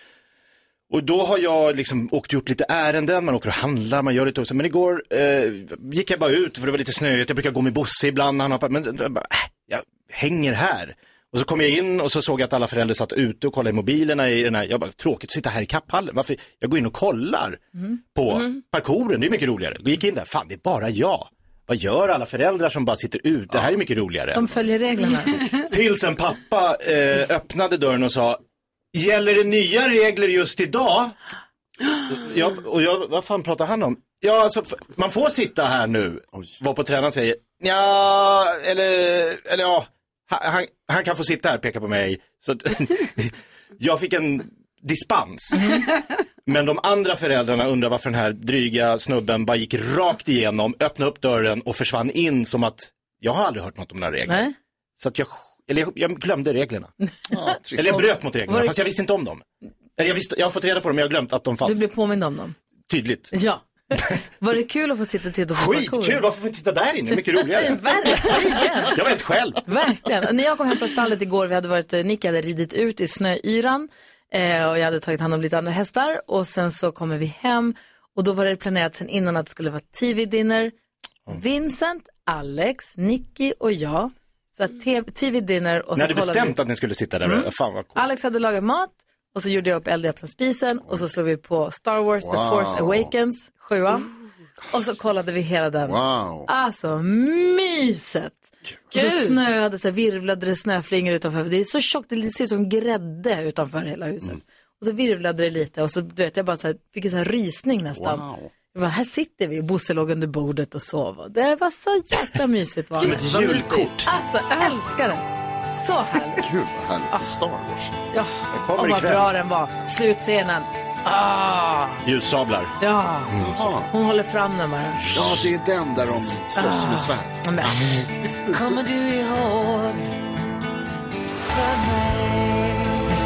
Och då har jag liksom åkt och gjort lite ärenden, man åker och handlar, man gör lite också. Men igår eh, gick jag bara ut för det var lite snöigt, jag brukar gå med Bosse ibland. Han har, men äh, jag hänger här. Och så kom jag in och så såg jag att alla föräldrar satt ute och kollade i mobilerna i den här, jag bara, tråkigt att sitta här i kapphallen. Varför? Jag går in och kollar Mm. på Mm. parkouren, det är mycket roligare. Jag gick in där, fan det är bara jag. Vad gör alla föräldrar som bara sitter ute? Det här är mycket roligare. De följer reglerna. Tills en pappa eh, öppnade dörren och sa, gäller det nya regler just idag? Jag, och jag, vad fan pratar han om? Ja, alltså, man får sitta här nu. Var på tränaren säger, ja, eller, eller ja, han, han kan få sitta här, peka på mig. Så att, jag fick en dispens. Men de andra föräldrarna undrar varför den här dryga snubben bara gick rakt igenom, öppnade upp dörren och försvann in som att, jag har aldrig hört något om några regler. Nej. Så att jag, eller jag, jag glömde reglerna. Ja, eller jag bröt mot reglerna, Var det- fast jag visste inte om dem. Eller Jag, visste, jag har fått reda på dem, men jag har glömt att de fanns. Du blir påmind om dem. Tydligt. Ja. Var det kul att få sitta och titta på parkour? Skitkul, varför får jag inte sitta där inne? Mycket roligare. Verkligen. Jag vet själv. Verkligen. När jag kom hem från stallet igår, vi hade varit, Nick hade ridit ut i snöyran eh, och jag hade tagit hand om lite andra hästar och sen så kommer vi hem och då var det planerat sen innan att det skulle vara T V-dinner. Vincent, Alex, Nicky och jag. Så att T V-dinner och Ni så hade kollade bestämt vi. att ni skulle sitta där. Mm. Fan vad coolt. Alex hade lagat mat och så gjorde jag upp eld i öppna spisen och så slog vi på Star Wars The Wow. Force Awakens, sjuan. Och så kollade vi hela den. Wow. Alltså, myset. Och så snö hade så här, virvlade det snöflingor utanför. Det är så tjockt, det ser ut som grädde utanför hela huset. Mm. Och så virvlade det lite och så du vet jag bara så här, fick en så här rysning nästan. Wow. Jag bara, här sitter vi och Bosse låg under bordet och sov. Och det var så jäkla mysigt. Var Som det. ett Vad julkort. mysigt. Alltså, jag älskar det. Så härligt. Gud vad härligt. Star Wars. Ja, kommer och vad ikväll. bra den var. Slutscenen. Ah, Ljussablar. ja, Jaha. hon håller fram den bara. Ja, det är den där de slåss med svärd. Men, Kommer du ihåg för mig?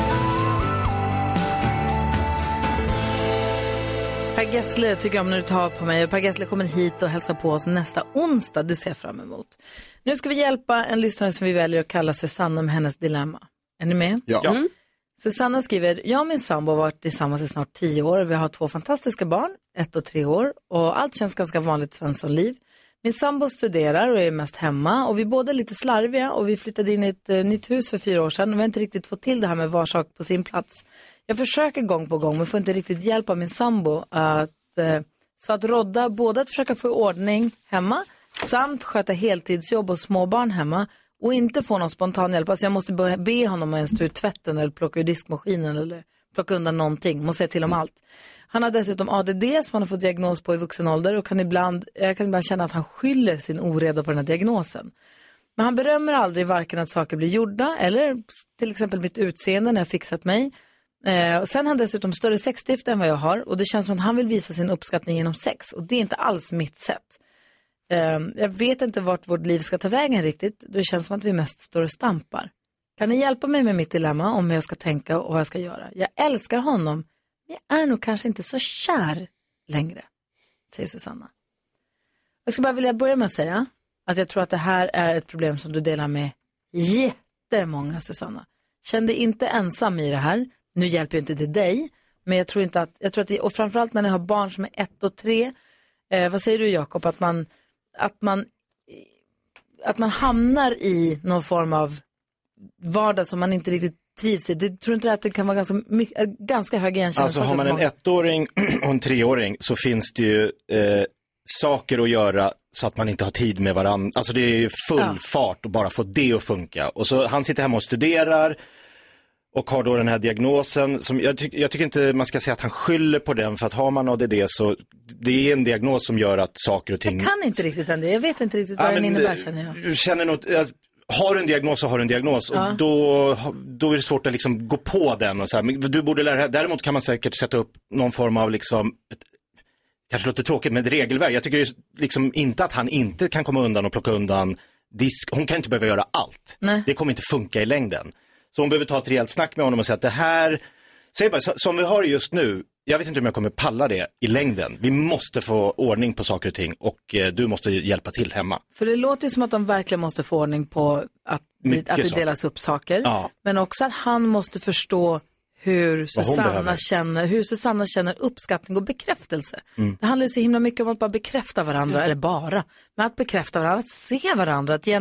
Per Gessle tycker om när du tar på mig. Och Per Gessle kommer hit och hälsar på oss nästa onsdag. Det ser jag fram emot. Nu ska vi hjälpa en lyssnare som vi väljer att kalla Susanna med hennes dilemma. Är ni med? Ja. Mm. Susanna skriver, jag och min sambo har varit tillsammans i snart tio år. Vi har två fantastiska barn, ett och tre år. Och allt känns ganska vanligt svenssonliv. Min sambo studerar och är mest hemma. Och vi är båda lite slarviga. Och vi flyttade in i ett uh, nytt hus för fyra år sedan. Och vi har inte riktigt fått till det här med var sak på sin plats. Jag försöker gång på gång men får inte riktigt hjälp av min sambo. Att, uh, så att rodda både att försöka få ordning hemma. Samt sköta heltidsjobb och småbarn hemma. Och inte få någon spontan hjälp. Alltså jag måste be, be honom att ens ta ut tvätten eller plocka ur diskmaskinen eller plocka undan någonting. Måste säga till om allt. Han har dessutom A D D som han har fått diagnos på i vuxen ålder. Och kan ibland, jag kan ibland känna att han skyller sin oreda på den här diagnosen. Men han berömmer aldrig varken att saker blir gjorda eller till exempel mitt utseende när jag fixat mig. Eh, och sen har han dessutom större sexdrift än vad jag har. Och det känns som att han vill visa sin uppskattning genom sex. Och det är inte alls mitt sätt. Jag vet inte vart vårt liv ska ta vägen riktigt. Det känns som att vi mest står och stampar. Kan ni hjälpa mig med mitt dilemma om hur jag ska tänka och vad jag ska göra? Jag älskar honom, men jag är nog kanske inte så kär längre, säger Susanna. Jag ska bara vilja börja med att säga att jag tror att det här är ett problem som du delar med jättemånga, Susanna. Känn dig inte ensam i det här. Nu hjälper jag inte till dig, men jag tror inte att, jag tror att det, och framförallt när ni har barn som är ett och tre, eh, vad säger du Jakob, att man Att man, att man hamnar i någon form av vardag som man inte riktigt trivs i. Det tror inte att det kan vara ganska, mycket, ganska hög igenkänning. Alltså har man en ettåring och en treåring så finns det ju eh, saker att göra så att man inte har tid med varandra. Alltså det är ju full Ja. fart och bara få det att funka. Och så han sitter hemma och studerar och har då den här diagnosen. Som jag, ty- jag tycker inte man ska säga att han skyller på den, för att har man A D D så det är en diagnos som gör att saker och ting... Jag kan inte riktigt än det. Jag vet inte riktigt vad Ja, den men, innebär, eh, känner jag. Du känner något, alltså, har du en diagnos så har du en diagnos. Ja. Och då, då är det svårt att liksom gå på den. Och så här. Men du borde lära dig. Däremot kan man säkert sätta upp någon form av liksom... Ett, kanske låter tråkigt med ett regelverk. Jag tycker ju liksom inte att han inte kan komma undan och plocka undan disk. Hon kan inte behöva göra allt. Nej. Det kommer inte funka i längden. Så hon behöver ta ett rejält snack med honom och säga att det här... Säg bara, så, som vi har just nu, jag vet inte om jag kommer palla det i längden. Vi måste få ordning på saker och ting och eh, du måste hjälpa till hemma. För det låter ju som att de verkligen måste få ordning på att, Mycket att det saker. delas upp saker. Ja. Men också att han måste förstå hur Vad hon Susanna behöver. känner, hur Susanna känner uppskattning och bekräftelse. Mm. Det handlar ju så himla mycket om att bara bekräfta varandra, eller bara, men att bekräfta varandra, att se varandra, att ge en,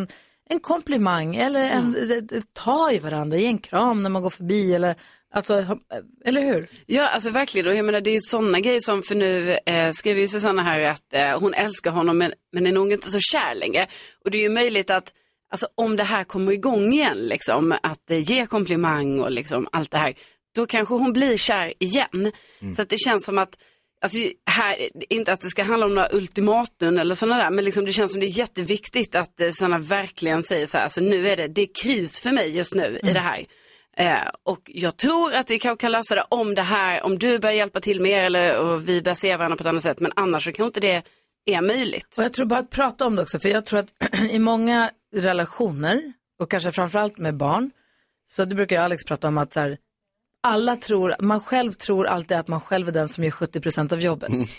en komplimang eller en, ja. ta i varandra, ge en kram när man går förbi eller, alltså, eller hur? Ja, alltså verkligen. Och jag menar, det är ju sådana grejer som, för nu eh, skrev ju Susanna här att eh, hon älskar honom men, men är nog inte så kär längre. Och det är ju möjligt att, alltså om det här kommer igång igen, liksom, att eh, ge komplimang och liksom allt det här, då kanske hon blir kär igen. Mm. Så att det känns som att, alltså här, inte att det ska handla om några ultimatum eller sådana där, men liksom det känns som det är jätteviktigt att eh, sådana verkligen säger så här, alltså nu är det, det är kris för mig just nu mm. i det här. Eh, och jag tror att vi kan, kan lösa det om det här, om du börjar hjälpa till mer eller och vi börjar se varandra på ett annat sätt, men annars så kan inte det är möjligt. Och jag tror bara att prata om det också, för jag tror att i många relationer och kanske framförallt med barn, så det brukar jag och Alex prata om att så här, alla tror, man själv tror alltid att man själv är den som gör sjuttio procent av jobbet. Mm.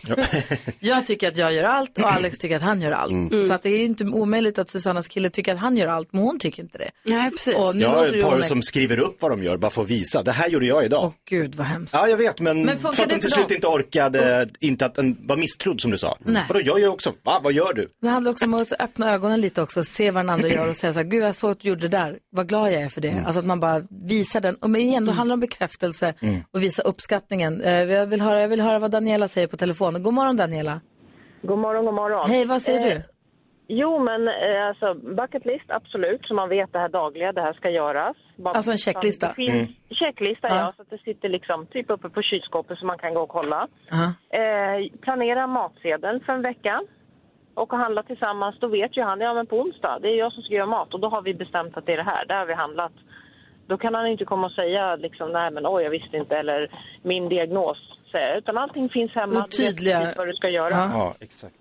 Jag tycker att jag gör allt och Alex tycker att han gör allt. Mm. Så att det är inte omöjligt att Susannas kille tycker att han gör allt, men hon tycker inte det. Nej, precis. Och nu jag har ett par hon... som skriver upp vad de gör, bara för att visa. Det här gjorde jag idag. Åh gud, vad hemskt. Ja, jag vet, men, men för att de till slut dem? inte orkade, oh. inte att den var misstrodd som du sa. Nej. Och då gör jag också, va, vad gör du? Det handlar också om att öppna ögonen lite också, se vad den andra gör och säga så här, gud jag såg att du gjorde det där, vad glad jag är för det. Mm. Alltså att man bara visar den, och men igen, då handlar det om bekräftelse. Mm. Och visa uppskattningen. Jag vill, höra, jag vill höra vad Daniela säger på telefonen. God morgon Daniela. God morgon, god morgon. Hej, vad säger eh, du? Jo, men eh, alltså bucket list, absolut. Så man vet det här dagliga, det här ska göras. Bara, alltså en checklista? Det finns mm. checklista, ja. ja. Så att det sitter liksom typ uppe på kylskåpet så man kan gå och kolla. Uh-huh. Eh, planera matsedeln för en vecka. Och handla tillsammans, då vet ju han, ja men på onsdag, det är jag som ska göra mat. Och då har vi bestämt att det är det här, där har vi handlat. Då kan han inte komma och säga liksom, nej men oj jag visste inte, eller min diagnos. Utan allting finns hemma, du vet vad du ska göra. Ja, ja exakt.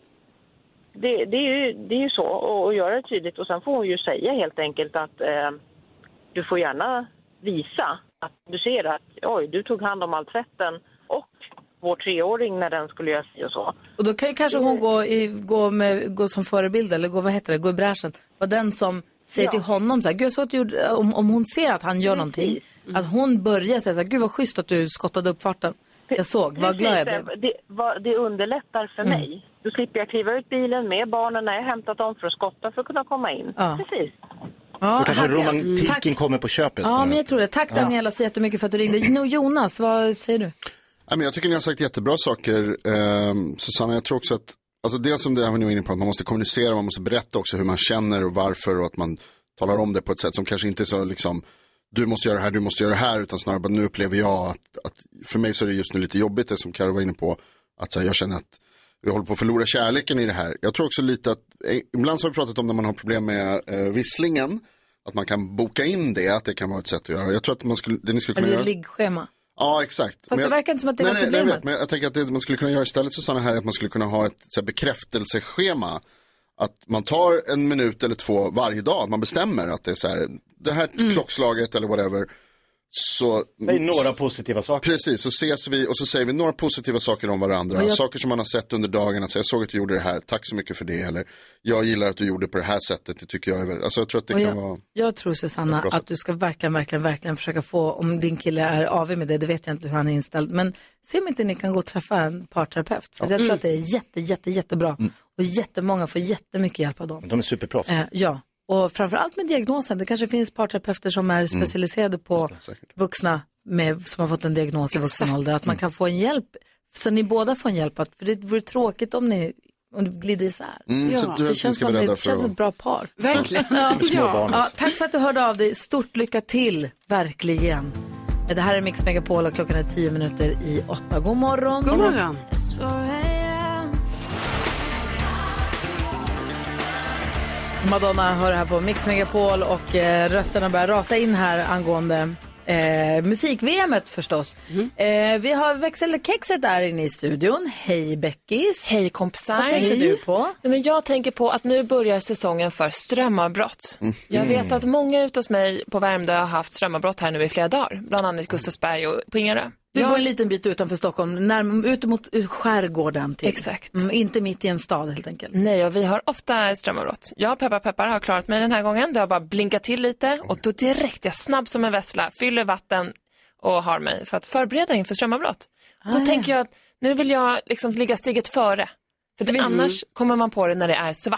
Det, det, är ju, det är ju så, och, och göra det tydligt. Och sen får hon ju säga helt enkelt att eh, du får gärna visa att du ser att oj, du tog hand om all tvätten och vår treåring när den skulle göra sig och så. Och då kan ju kanske hon gå, i, gå, med, gå som förebild, eller gå, vad heter det, gå i bräschen. Var den som säger ja. till honom så här, gud så att du, om, om hon ser att han gör Precis. någonting, mm. att hon börjar säga så här, gud vad schysst att du skottade upp farten. Jag såg, vad glad jag blev. Det, vad, det underlättar för mm. mig. Då slipper jag kliva ut bilen med barnen när jag hämtat dem för att skotta för att kunna komma in. Ja. Precis. Ja, så kanske romantiken tack. kommer på köpet. Ja, men jag tror det. Tack Daniela så jättemycket för att du ringde. Jonas, vad säger du? Ja, men jag tycker ni har sagt jättebra saker. Eh, Susanna, jag tror också att alltså det som det här var nu inne på, att man måste kommunicera, man måste berätta också hur man känner och varför, och att man talar om det på ett sätt som kanske inte är så liksom, du måste göra det här, du måste göra det här, utan snarare bara nu upplever jag att, att för mig så är det just nu lite jobbigt, det som Karo var inne på, att så här, jag känner att vi håller på att förlora kärleken i det här. Jag tror också lite att, ibland så har vi pratat om när man har problem med eh, visslingen, att man kan boka in det, att det kan vara ett sätt att göra. Jag tror att man skulle, det ni skulle kunna Eller göra. liggschema. Ja, exakt. Fast men det verkar inte som att det nej, var nej, problemet. Nej, jag vet, men jag tänker att det man skulle kunna göra istället, Susanna, här är att man skulle kunna ha ett så här, bekräftelseschema. Att man tar en minut eller två varje dag, att man bestämmer att det är så här, det här mm. klockslaget eller whatever. Så, säg några positiva saker. Precis, så ses vi och så säger vi några positiva saker om varandra. Jag... Saker som man har sett under dagen. Alltså, jag såg att du gjorde det här, tack så mycket för det. Eller jag gillar att du gjorde på det här sättet. Det tycker jag är väl... Alltså jag tror att det och kan jag, vara... Jag tror Susanna att du ska verkligen, verkligen, verkligen försöka få, om din kille är avig med det, det vet jag inte hur han är inställd. Men se om inte ni kan gå och träffa en parterapeut. För ja. jag tror att det är jätte, jätte, jättebra. Mm. Och jättemånga får jättemycket hjälp av dem. De är superproffs. Eh, ja. Och framförallt med diagnosen. Det kanske finns parterapeuter som är specialiserade mm. på vuxna med, som har fått en diagnos i vuxen ålder. Att man kan få en hjälp. Så ni båda får en hjälp. Att, för det vore tråkigt om ni, om ni glider isär. Mm, ja. du, det känns, som, det, det känns som ett bra par. Verkligen. Ja. Ja. Ja, tack för att du hörde av dig. Stort lycka till. Verkligen. Det här är Mix Megapol och klockan är tio minuter i åtta. God morgon. God morgon. Madonna hör här på Mix Megapol och eh, rösterna börjar rasa in här angående eh, musik-V M-et förstås. Mm. Eh, vi har växelkexet där inne i studion. Hej Beckis. Hej kompisar. Vad tänkte Hej. du på? Men jag tänker på att nu börjar säsongen för strömavbrott. Mm. Jag vet att många ute hos mig på Värmdö har haft strömavbrott här nu i flera dagar. Bland annat Gustavsberg och på Ingarö. Du bor en liten bit utanför Stockholm, när, ut mot skärgården till. Exakt. Mm, inte mitt i en stad helt enkelt. Nej, och vi har ofta strömavbrott. Jag, peppar peppar, har klarat mig den här gången. Det har bara blinkat till lite och då direkt jag snabb som en vässla, fyller vatten och har mig för att förbereda inför strömavbrott. Ah, då ja. tänker jag att nu vill jag liksom ligga steget före. För det, annars kommer man på det när det är svart.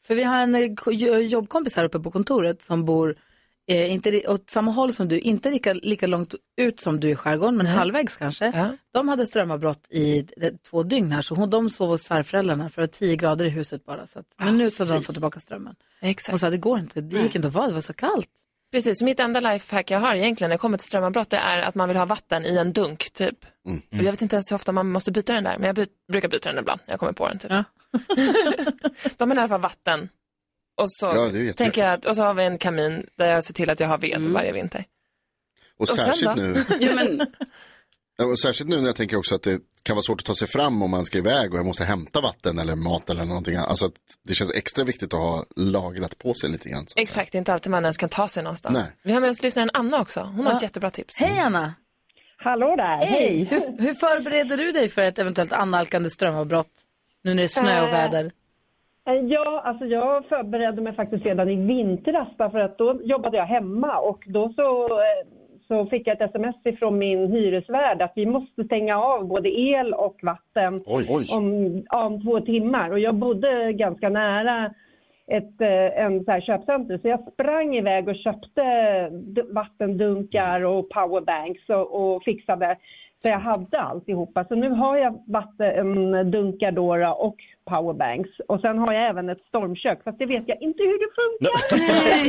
För vi har en eh, jobbkompis här uppe på kontoret som bor eh, inte åt samma håll som du, inte lika, lika långt ut som du i skärgården, men mm. halvvägs kanske. Ja. De hade strömavbrott i de, två dygn här, så hon, de sov hos svärföräldrarna för att tio grader i huset bara. Så att, men oh, nu så har de fått tillbaka strömmen. Exakt. Hon sa, det går inte, det gick inte att vara, det var så kallt. Precis, mitt enda lifehack jag har egentligen när det kommer till strömavbrott är att man vill ha vatten i en dunk typ. Mm. Och jag vet inte ens hur ofta man måste byta den där, men jag by- brukar byta den ibland. Jag kommer på den typ. Ja. De har i alla fall vatten. Och så ja, tänker jag att, och så har vi en kamin där jag ser till att jag har ved mm. varje vinter. Och, och särskilt nu. ja, men... och särskilt nu när jag tänker också att det kan vara svårt att ta sig fram om man ska iväg och jag måste hämta vatten eller mat eller någonting. Alltså att det känns extra viktigt att ha lagrat på sig lite grann. Exakt, inte alltid man ens kan ta sig någonstans. Nej. Vi har med oss lyssnaren Anna också. Hon ja. har ett jättebra tips. Hej Anna! Hallå där, hej! hej. Hur, hur förbereder du dig för ett eventuellt annalkande strömavbrott nu när det är snö och väder? Ja, alltså jag förberedde mig faktiskt redan i vintras för att då jobbade jag hemma och då så, så fick jag ett sms ifrån min hyresvärd att vi måste stänga av både el och vatten oj, oj. Om, om två timmar. Och jag bodde ganska nära ett en så här köpcenter så jag sprang iväg och köpte vattendunkar och powerbanks och, och fixade. Så jag hade alltihopa. Så nu har jag vattendunkar då och powerbanks. Och sen har jag även ett stormkök. Fast det vet jag inte hur det funkar.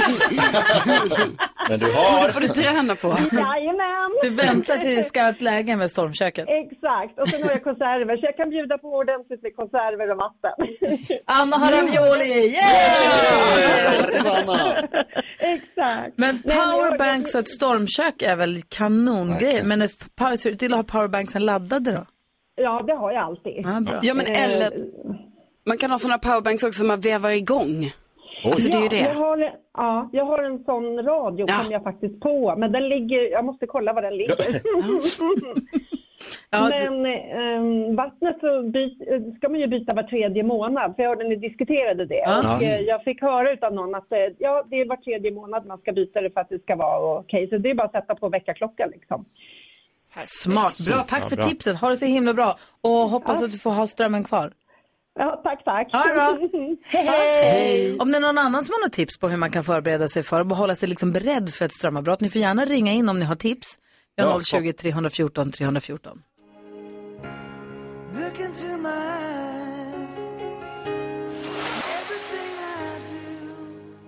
Men du har... Det får du träna på. Jajamän. Du väntar till det är skarpt läge med stormköket. Exakt. Och sen har jag konserver. Så jag kan bjuda på ordentligt med konserver och vatten. Anna har ravioli. Yeah! Anna. Exakt. Men powerbanks och ett stormkök är väl kanongrej. Men är till att ha powerbanksen laddade då? Ja, det har jag alltid. Ah, bra. Ja, men eller man kan ha sådana powerbanks också som man vevar igång. Alltså, det är ju det. Jag har, ja, jag har en sån radio ja. som jag faktiskt på. Men den ligger, jag måste kolla var den ligger. ja, men ähm, vattnet så byt, ska man ju byta var tredje månad. För jag hörde ni diskuterade det. Ja. Och, äh, jag fick höra utav någon att äh, ja, det är var tredje månad man ska byta det för att det ska vara okej. Okay. Så det är bara att sätta på väckarklockan liksom. Smart, bra. Tack ja, för bra. tipset. Ha det så himla bra. Och hoppas ja. att du får ha strömmen kvar. Ja, tack, tack. Ha det bra. Hej, hej. Om det är någon annan som har något tips på hur man kan förbereda sig för att behålla sig liksom beredd för ett strömavbrott. Ni får gärna ringa in om ni har tips. Vi har ja, noll tjugo, tre fjorton, tre fjorton. Look into my eyes. Everything I do.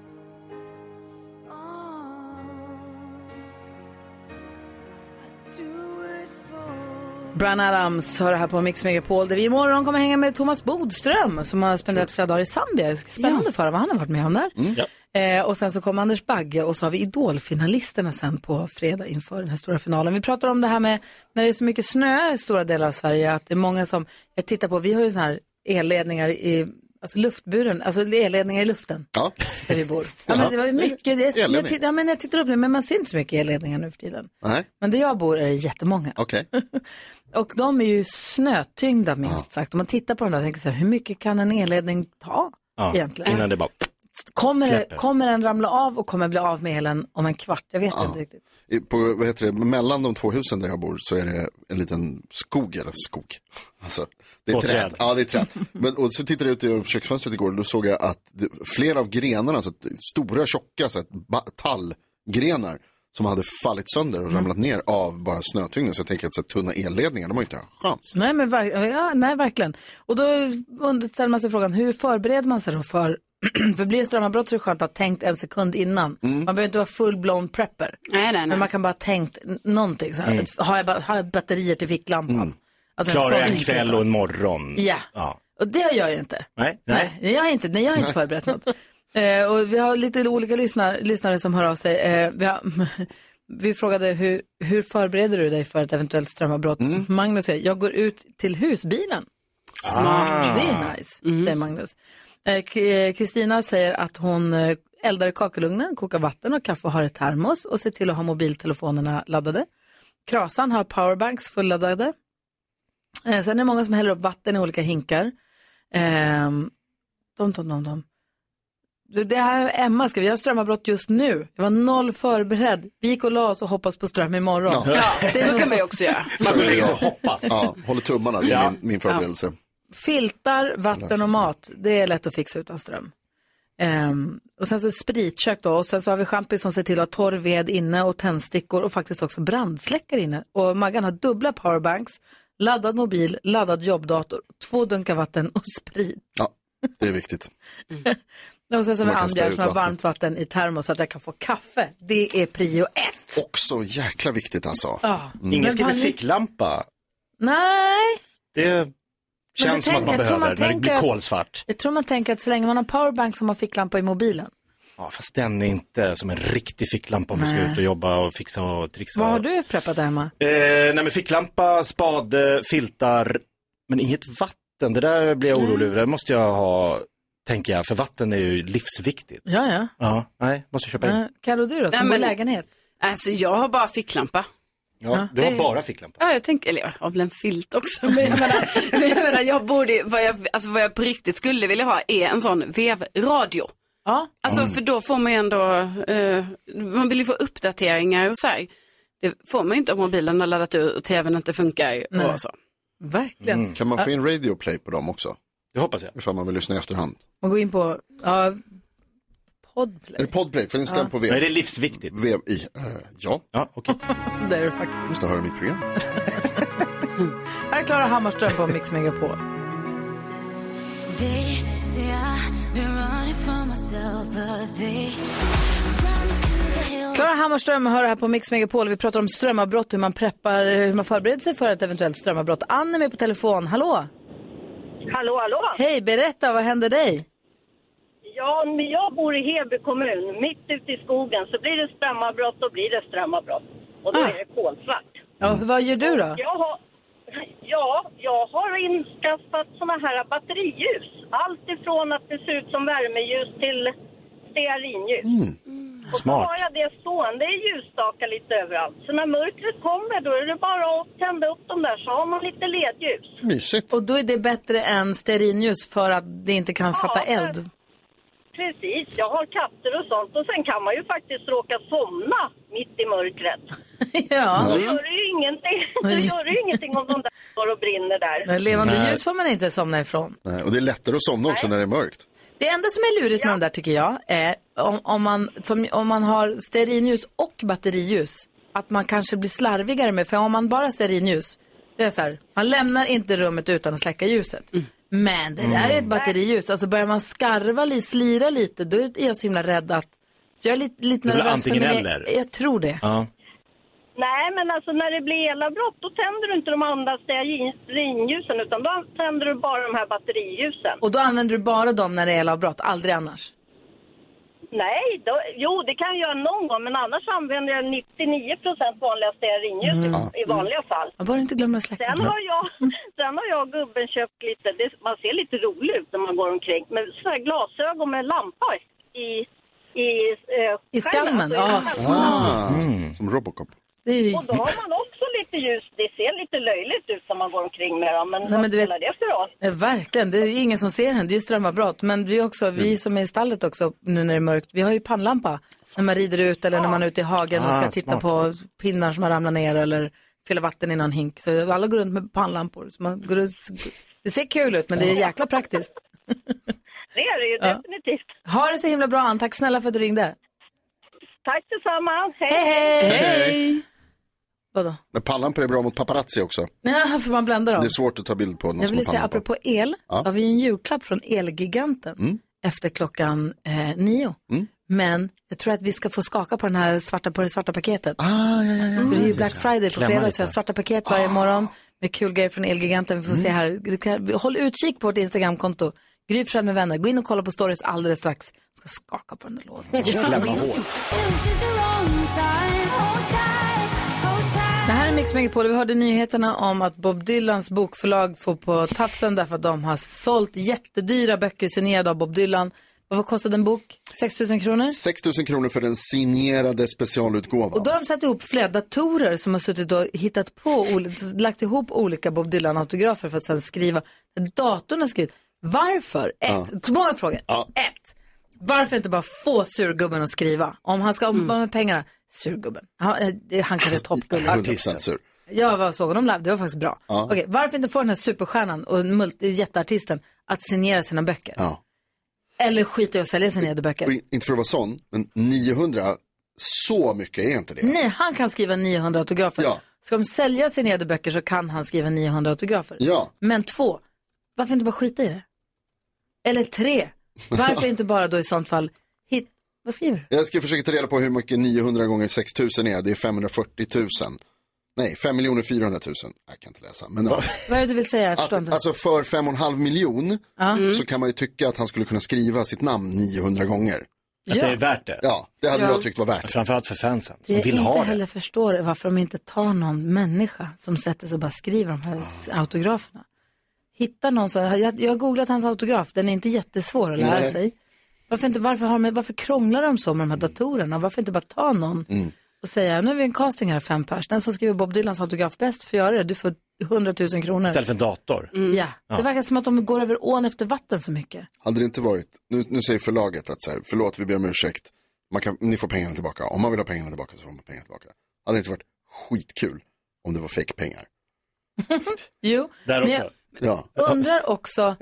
Bryan Adams hör här på Mix Megapol där vi imorgon kommer hänga med Thomas Bodström som har spenderat flera dagar i Zambia. Spännande ja. för vad han har varit med om där. Mm. Ja. Eh, och sen så kommer Anders Bagge och så har vi idolfinalisterna sen på fredag inför den här stora finalen. Vi pratar om det här med när det är så mycket snö i stora delar av Sverige att det är många som, jag tittar på, vi har ju såna här elledningar i alltså luftburen, alltså elledningar i luften ja. där vi bor. Ja, men det var ju mycket, det, jag, titt, ja, men jag tittar upp nu men man ser inte så mycket elledningar nu för tiden. Nej. Men där jag bor är det jättemånga. Okej. Okay. Och de är ju snötyngda minst ja. sagt. Om man tittar på dem och tänker så här, hur mycket kan en elledning ta ja. egentligen? Innan det bara kommer, det, kommer den ramla av och kommer bli av med hela om en kvart? Jag vet ja. inte riktigt. På, vad heter det, mellan de två husen där jag bor så är det en liten skog eller skog. Alltså, det är träd. träd. Ja, det är träd. Men, och så tittade jag ut i köksfönstret igår och då såg jag att det, flera av grenarna, så stora, tjocka så att, tallgrenar som hade fallit sönder och mm. ramlat ner av bara snötyngden. Så jag tänker att så, tunna elledningar, de har inte en chans. Nej, men ver- ja, nej, verkligen. Och då ställer man sig frågan, hur förbereder man sig då för för blir det strömavbrott så är det skönt att ha tänkt en sekund innan. Mm. Man behöver inte vara full-blown prepper. Nej, nej, nej. Men man kan bara ha tänkt någonting. Så här. Mm. Har, jag, har jag batterier till ficklampan? Mm. Alltså, klarar jag en kväll och en morgon? Ja. ja, och det gör jag ju inte. Nej, nej. nej jag har inte, nej, jag har inte förberett något. eh, och vi har lite olika lyssnare, lyssnare som hör av sig. Eh, vi, har, vi frågade hur, hur förbereder du dig för ett eventuellt strömavbrott? Mm. Magnus säger, jag går ut till husbilen. Smart, ah. det är nice, mm. säger Magnus. Kristina säger att hon eldar i kakelugnen, kokar vatten och kaffe och har ett termos och ser till att ha mobiltelefonerna laddade. Krasan har powerbanks fulladdade. Sen är det många som häller upp vatten i olika hinkar. Ehm, dom, dom, dom, dom. Det här är Emma, ska vi ha strömavbrott just nu? Jag var noll förberedd. Vi gick och la oss och hoppas på ström imorgon. Ja, ja det så kan man ju också göra. Man vill liksom hoppas. Ja, håller tummarna, det är ja. min, min förberedelse. Ja. Filtar, vatten och mat, det är lätt att fixa utan ström. Um, och sen så spritkök då. Och sen så har vi champis som ser till att ha torr ved inne och tändstickor och faktiskt också brandsläckare inne. Och Maggan har dubbla powerbanks, laddad mobil, laddad jobbdator, två dunkar vatten och sprit. Ja, det är viktigt. Mm. Och sen så har vi Ambjörn som har varmt vatten i termos så att jag kan få kaffe. Det är prio ett. Också jäkla viktigt alltså. Ja. Mm. Ingen skriver ficklampa. Nej. Det känns som att man behöver man när det blir kolsvart. Jag tror man tänker att så länge man har powerbank som har ficklampa i mobilen. Ja, fast den är inte som en riktig ficklampa om man ska ut och jobba och fixa och trixa. Vad har du preppat där hemma? Eh, nej men ficklampa, spade, filtar, men inget vatten. Det där blir jag orolig över. Det måste jag ha, tänker jag, för vatten är ju livsviktigt. Ja, ja. Ja, nej, måste köpa in. Ja, Karo, du då, som men, har lägenhet? Alltså jag har bara ficklampa. Ja, ja, du har det... bara ficklampa. Ja, jag tänker, eller jag har väl en filt också. Men jag menar, men jag, menar jag borde, vad jag, alltså vad jag på riktigt skulle vilja ha är en sån vevradio. Ja. Alltså Mm. för då får man ju ändå, eh, man vill ju få uppdateringar och så här. Det får man ju inte om mobilen har laddat ur och tvn inte funkar Nej. och så. Verkligen. Mm. Kan man få in radio play på dem också? Det hoppas jag. Ifall man vill lyssna i efterhand. Man går in på ja, Podplay. Är det Podplay? För den stämmer Ja. på vev. Nej, det är livsviktigt. Vev i, uh, ja. Ja, okej. Okay. Det är det faktiskt. Måste höra mitt program. Här är Klara Hammarström på Mix Megapol. They say I've been running from myself, but they Klara Hammarström hör här på Mix Megapol. Vi pratar om strömavbrott, hur man preppar, hur man förbereder sig för ett eventuellt strömavbrott. Ann är med på telefon. Hallå? Hallå, hallå. Hej, berätta, vad händer dig? Ja, men jag bor i Heby kommun. Mitt ute i skogen så blir det strömavbrott, då blir det strömavbrott. Och då Ah. är det kolsvart. Ja, vad gör du då? Jag har, ja, jag har inskaffat såna här batteriljus. Allt ifrån att det ser ut som värmeljus till stearinljus. Mm. Och så Smart. har jag det stående i ljusstakar lite överallt. Så när mörkret kommer då är det bara att tända upp dem där så har man lite ledljus. Mysigt. Och då är det bättre än stearinljus för att det inte kan fatta Ja, eld. Precis, jag har katter och sånt. Och sen kan man ju faktiskt råka somna mitt i mörkret. Ja. Då gör det ju ingenting, då gör det ju ingenting om de där står och brinner där. Men levande Nej. ljus får man inte somna ifrån. Nej, och det är lättare att somna också när det är mörkt. Det enda som är lurigt med de där tycker jag är om, om, man, som, om man har stearinljus och batteriljus. Att man kanske blir slarvigare med, för om man bara har stearinljus, det är så här, man lämnar inte rummet utan att släcka ljuset. Mm. Men det där är ett batteriljus, alltså börjar man skarva, li, slira lite, då är jag så himla rädd att, så jag är lite, lite Det är väl nervös för antingen min, eller? jag, jag tror det. Ja. Nej, men alltså när det blir elavbrott då tänder du inte de andra stearinljusen utan då tänder du bara de här batteriljusen. Och då använder du bara dem när det är elavbrott, aldrig annars? Nej, då, jo det kan jag göra någon gång men annars använder jag nittionio procent vanliga stearinljus Mm. i, i vanliga fall. Jag bara inte glömmer att släcka. Sen har jag, sen har jag och gubben köpt lite, det, man ser lite rolig ut när man går omkring, men sådana här glasögon med lampor i i, eh, I skammen, ja. Alltså, Ah, mm. Som Robocop. Det är ju... och då har man också lite ljus, det ser lite löjligt ut när man går omkring med dem, men, Nej, vad men du vet- spelar det för roll? Ja, verkligen, det är ingen som ser henne, det är ju strömavbrott. Men vi också, vi som är i stallet också, nu när det är mörkt, vi har ju pannlampa. När man rider ut eller när man är ute i hagen och ska Ah, titta smart. på pinnar som har ramlat ner eller fylla vatten i någon hink. Så alla går runt med pannlampor. Så man går ut, det ser kul ut, men det är jäkla praktiskt. Det är det ju Ja. definitivt. Ha det så himla bra, Ann. Tack snälla för att du ringde. Tack detsamma. Hej, Hej, hej! Hej. Vadå? Men pannlampor är bra mot paparazzi också. Ja, för man bländar dem. Det är svårt att ta bild på någon Jag som vill har säga, pannlampor. apropå el, Ja. har vi en julklapp från Elgiganten Mm. efter klockan eh, nio. Mm. Men jag tror att vi ska få skaka på, den här svarta, på det svarta paketet. Ah, ja, ja, ja. För det är ju Black Friday på Klämma fredag, lite. så jag har svarta paket varje morgon med kul grejer från Elgiganten. Vi får se här. Det kan- Håll utkik på vårt Instagramkonto. Gry Forssell med vänner. Gå in och kolla på stories alldeles strax. Ska skaka på den där lådan. Klämma hår. Det här är Mix Megapol. Vi hörde nyheterna om att Bob Dylans bokförlag får på tafsen därför att de har sålt jättedyra böcker signerade av Bob Dylan. Vad kostade en bok? sex tusen kronor? sex tusen kronor för den signerade specialutgåvan. Och då har de satt ihop flera datorer som har suttit och hittat på, oli- lagt ihop olika Bob Dylan-autografer för att sedan skriva. Datorn har skrivit. Varför? Ett. Två många frågor. Ja. Ett. Varför inte bara få surgubben att skriva? Om han ska om med pengarna, surgubben. Han, eh, han kanske är toppgullig. hundra procent sur. Jag var såg honom live, det var faktiskt bra. Ja. Okej, varför inte få den här superstjärnan och multi- jätteartisten att signera sina böcker? Ja. Eller skita i att sälja sina e-böcker. Och inte för att vara sån, men niohundra, så mycket är inte det. Nej, han kan skriva niohundra autografer. Ja. Ska de sälja sina e-böcker så kan han skriva niohundra autografer. Ja. Men två, varför inte bara skita i det? Eller tre, varför inte bara då i sånt fall hit, vad skriver du? Jag ska försöka ta reda på hur mycket niohundra gånger sex tusen är. Det är femhundrafyrtio tusen. Nej, fem miljoner fyrahundra tusen. Jag kan inte läsa. Men, ja. Vad är det du vill säga? Jag förstår att, inte. alltså för fem och en halv miljon Mm. så kan man ju tycka att han skulle kunna skriva sitt namn niohundra gånger. Att Ja. det är värt det. Ja, det hade Ja. jag tyckt var värt. Framförallt för fansen Det som jag vill inte ha det. heller förstår är varför de inte tar någon människa som sätter sig och bara skriver de här autograferna. Hitta någon som, jag, jag har googlat hans autograf, den är inte jättesvår att lära Nej. sig. Varför, inte, varför, har de, varför krånglar de så med de här datorerna? Varför inte bara ta någon Mm. och säga, nu har vi en casting här, fem pers. Den som skriver Bob Dylans autograf bäst för att göra det, du får hundratusen kronor. Istället för en dator. Mm. Ja, det Ja. verkar som att de går över ån efter vatten så mycket. Hade det inte varit, nu, nu säger förlaget att så här, förlåt vi ber om ursäkt, man kan, ni får pengarna tillbaka. Om man vill ha pengarna tillbaka så får man pengarna tillbaka. Hade det inte varit skitkul om det var fake pengar? Jo, Där men också. Ja. jag undrar också,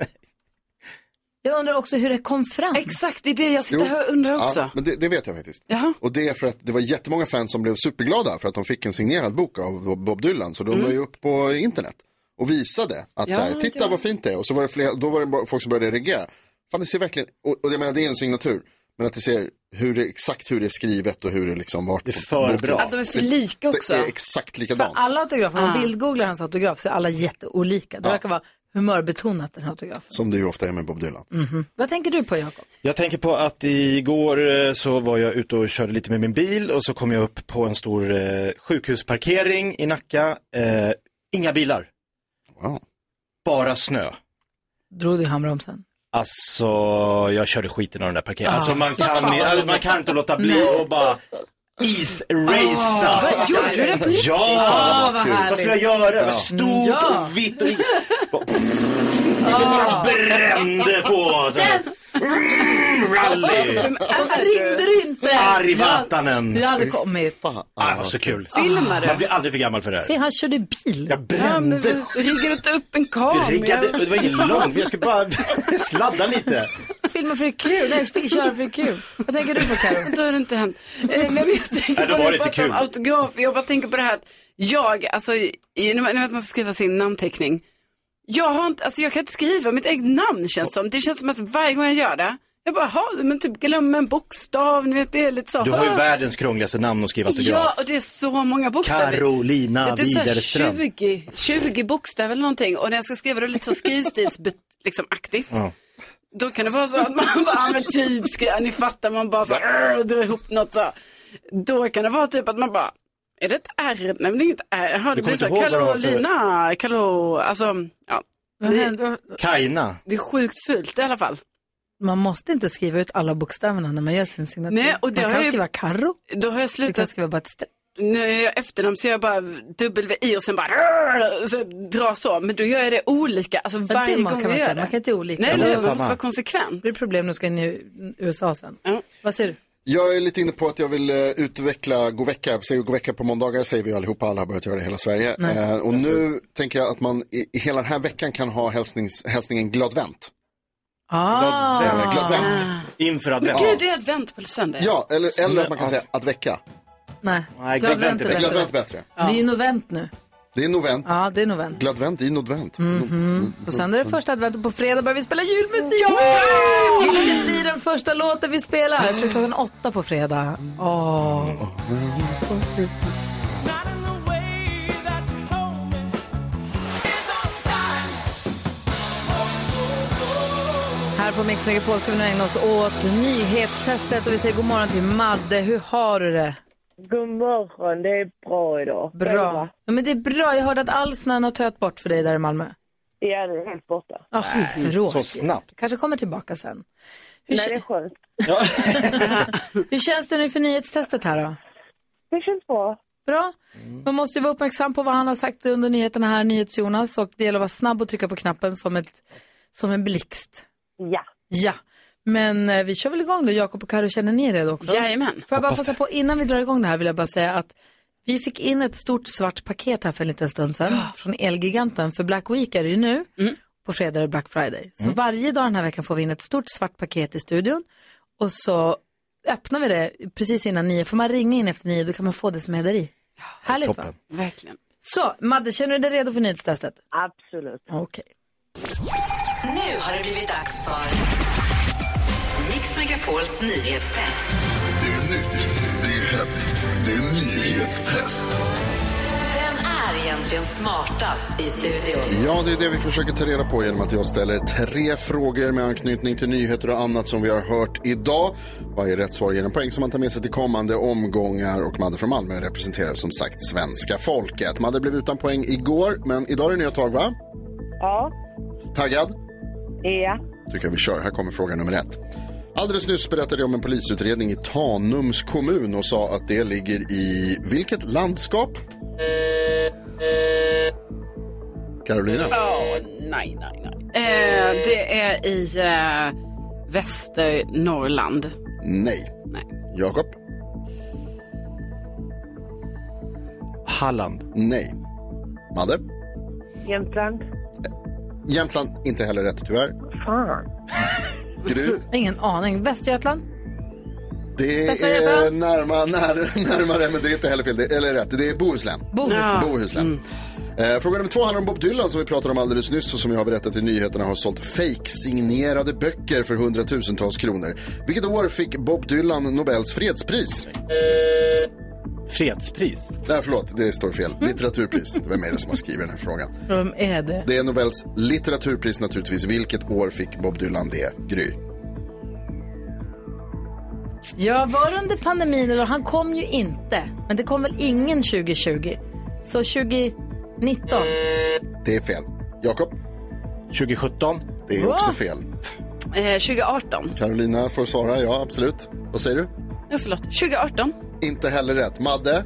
jag undrar också hur det kom fram. Exakt, det är det jag sitter Jo. här och undrar också. Ja, men det, det vet jag faktiskt. Jaha. Och det är för att det var jättemånga fans som blev superglada för att de fick en signerad bok av Bob Dylan. Så de Mm. var ju upp på internet och visade att Ja, så här, titta ja. vad fint det är. Och så var det fler, då var det bara folk som började reagera. Fan, det ser verkligen, och, och jag menar det är en signatur. Men att det ser hur det, exakt hur det är skrivet och hur det liksom varit. Det är för bra. Att de är för lika också. Det är exakt För likadant. alla autografer, om man Ah. bildgooglar hans autograf så är alla jätteolika. Det Ja. verkar vara humörbetonat den här autografen. Som det ju ofta är med Bob Dylan. Mhm. Vad tänker du på, Jakob? Jag tänker på att igår eh, så var jag ute och körde lite med min bil och så kom jag upp på en stor eh, sjukhusparkering i Nacka. Eh, inga bilar. Wow. Bara snö. Drog du i handbromsen? Alltså, jag körde skiten av den där parkeringen. Ah. Alltså man kan, alltså, man kan inte låta bli Nej. och bara is-racea. Ah, vad gjorde du det på riktigt? Ja, Ah, vad kul. härligt. Vad skulle jag göra? Det var Ja. stort Ja. och vitt och jag brände på. Så. Yes! Rally. Ringde du inte? Arivatanen. Det hade kommit. Ah, vad så kul. Filmar du? Man blir aldrig för gammal för det här. För han körde bil. Jag brände. Riggar du inte upp en kamera? Jag riggade, det var ingen lång, jag skulle bara sladda lite. Filma för det är kul. Nej, fick köra för det är kul. Vad tänker du på, Karo? Då har det inte hänt. Eh, nej, men jag tänker Nej, då på var det det inte pratar om kul. autograf. Jag bara tänker på det här att jag, alltså, i, nu vet man ska skriva sin namnteckning. Jag har inte, alltså jag kan inte skriva mitt eget namn känns som. Det känns som att varje gång jag gör det, jag bara, ha, men typ glömmer en bokstav, ni vet det är lite så. Du har ju ah. världens krångligaste namn att skriva autograf. Ja, och det är så många bokstäver. Carolina Det är typ så här Widerström. tjugo, tjugo bokstäver eller någonting. Och när jag ska skriva det lite så skrivstils liksom aktigt. Ja. Då kan det vara så att man bara, men typ, ska, ni fattar, man bara så här, drar ihop något så. Då kan det vara typ att man bara, är det ett R? Nej, men det är inget R. Har det Du kommer blivit så inte här, ihåg vad det var för- Carolina, Kalo, alltså, ja. Vad Det, hände? Kaina. det är sjukt fult i alla fall. Man måste inte skriva ut alla bokstäverna när man gör sin signatur. Nej, och det man har kan jag- skriva Karo. Då har jag Du kan slutat, skriva bara ett streck. när jag gör efternamn så gör jag bara W I och sen bara så dra så. Men då gör jag det olika, alltså Ja, varje det gång kan vi man gör säga. det. Man kan inte göra olika. Nej, måste det vara måste samma. vara konsekvent. Det blir problem när du ska in i U S A sen. Ja. Vad säger du? Jag är lite inne på att jag vill uh, utveckla God vecka. Säger God vecka på måndagar säger vi allihopa, alla har börjat göra det i hela Sverige. Uh, och nu tänker jag att man i, i hela den här veckan kan ha hälsnings, hälsningen gladvänt. Ah. Uh, gladvänt. Inför Men advent. gud, det är advent på söndag. Ja, eller, eller att man kan säga att vecka. Nej, Nej, gladvänt gladvänt är är bättre. Gladvänt är bättre. Det är ju novent nu. Det är novent. Ja, det är novent. Gladvänt i novent. Mhm. På söndag är det första advent och på fredag börjar vi spela julmusik. Vilken blir den första låten vi spelar? Jag tror klockan åtta på fredag. Åh. Här på Mix Megapol ska vi nu ägna oss åt nyhetstestet och vi säger god morgon till Madde. Hur har du det? God morgon, det är bra idag. Bra. Ja, men det är bra. Jag hörde att all snön har töt bort för dig där i Malmö. Ja, det är helt borta. Ja, tråkigt. Så snabbt. Kanske kommer tillbaka sen. Hur, Nej, det är skönt. hur känns det nu för nyhetstestet här då? Det känns bra. Bra. Man måste ju vara uppmärksam på vad han har sagt under nyheterna här, NyhetsJonas. Och det gäller att vara snabb och trycka på knappen som, ett, som en blixt. Ja. Ja. Men eh, vi kör väl igång då. Jakob och Karo, känner ni det också? Jajamän. Får jag bara passa på, innan vi drar igång det här vill jag bara säga att vi fick in ett stort svart paket här för en liten stund sedan från Elgiganten. För Black Week är det ju nu. Mm. på fredag är Black Friday. Så Mm. varje dag den här veckan får vi in ett stort svart paket i studion. Och så öppnar vi det precis innan nio. Får man ringa in efter nio, då kan man få det som är där i. Härligt, toppen. va? Verkligen. Så, Madde, känner du dig redo för nyhetstestet? Absolut. Okej. Nu har det blivit dags för Mix Megapols nyhetstest. Det är nytt, det är hett, det är nyhetstest. Vem är egentligen smartast i studion? Ja, det är det vi försöker ta reda på genom att jag ställer tre frågor med anknytning till nyheter och annat som vi har hört idag. Varje rätt svar ger en poäng som man tar med sig till kommande omgångar, och Madde från Malmö representerar som sagt svenska folket. Madde blev utan poäng igår, men idag är det nya tag, va? Ja. Taggad? Ja. Tycker jag vi kör. Här kommer fråga nummer ett. Alldeles nyss berättade jag om en polisutredning i Tanums kommun och sa att det ligger i vilket landskap? Carolina? Åh, nej, nej, nej. Eh, det är i eh, Västernorrland. Nej. Nej. Jakob? Halland. Nej. Madde? Jämtland. Jämtland, inte heller rätt tyvärr. Fan. Gry? Ingen aning. Västergötland? Det är Västergötland? närma, när, närmare, men det är inte heller fel. Det, eller rätt, det är Bohuslän. Bohuslän. Ja. Bohuslän. Mm. Eh, fråga nummer två handlar om Bob Dylan som vi pratade om alldeles nyss och som jag har berättat i nyheterna har sålt fake-signerade böcker för hundratusentals kronor. Vilket år fick Bob Dylan Nobels fredspris? Fredspris? Nej, förlåt, det står fel. Litteraturpris. Vem är det som har skrivit den här frågan? Vem är det? Det är Nobels litteraturpris naturligtvis. Vilket år fick Bob Dylan det? Gry? Jag var under pandemin, eller han kom ju inte. Men det kom väl ingen tjugo tjugo. Så tjugo nitton. Det är fel. Jakob? tjugo sjutton. Det är också fel. Eh, tjugo arton. Carolina får svara, ja absolut. Vad säger du? Ja, förlåt. tjugo arton. Inte heller rätt. Madde?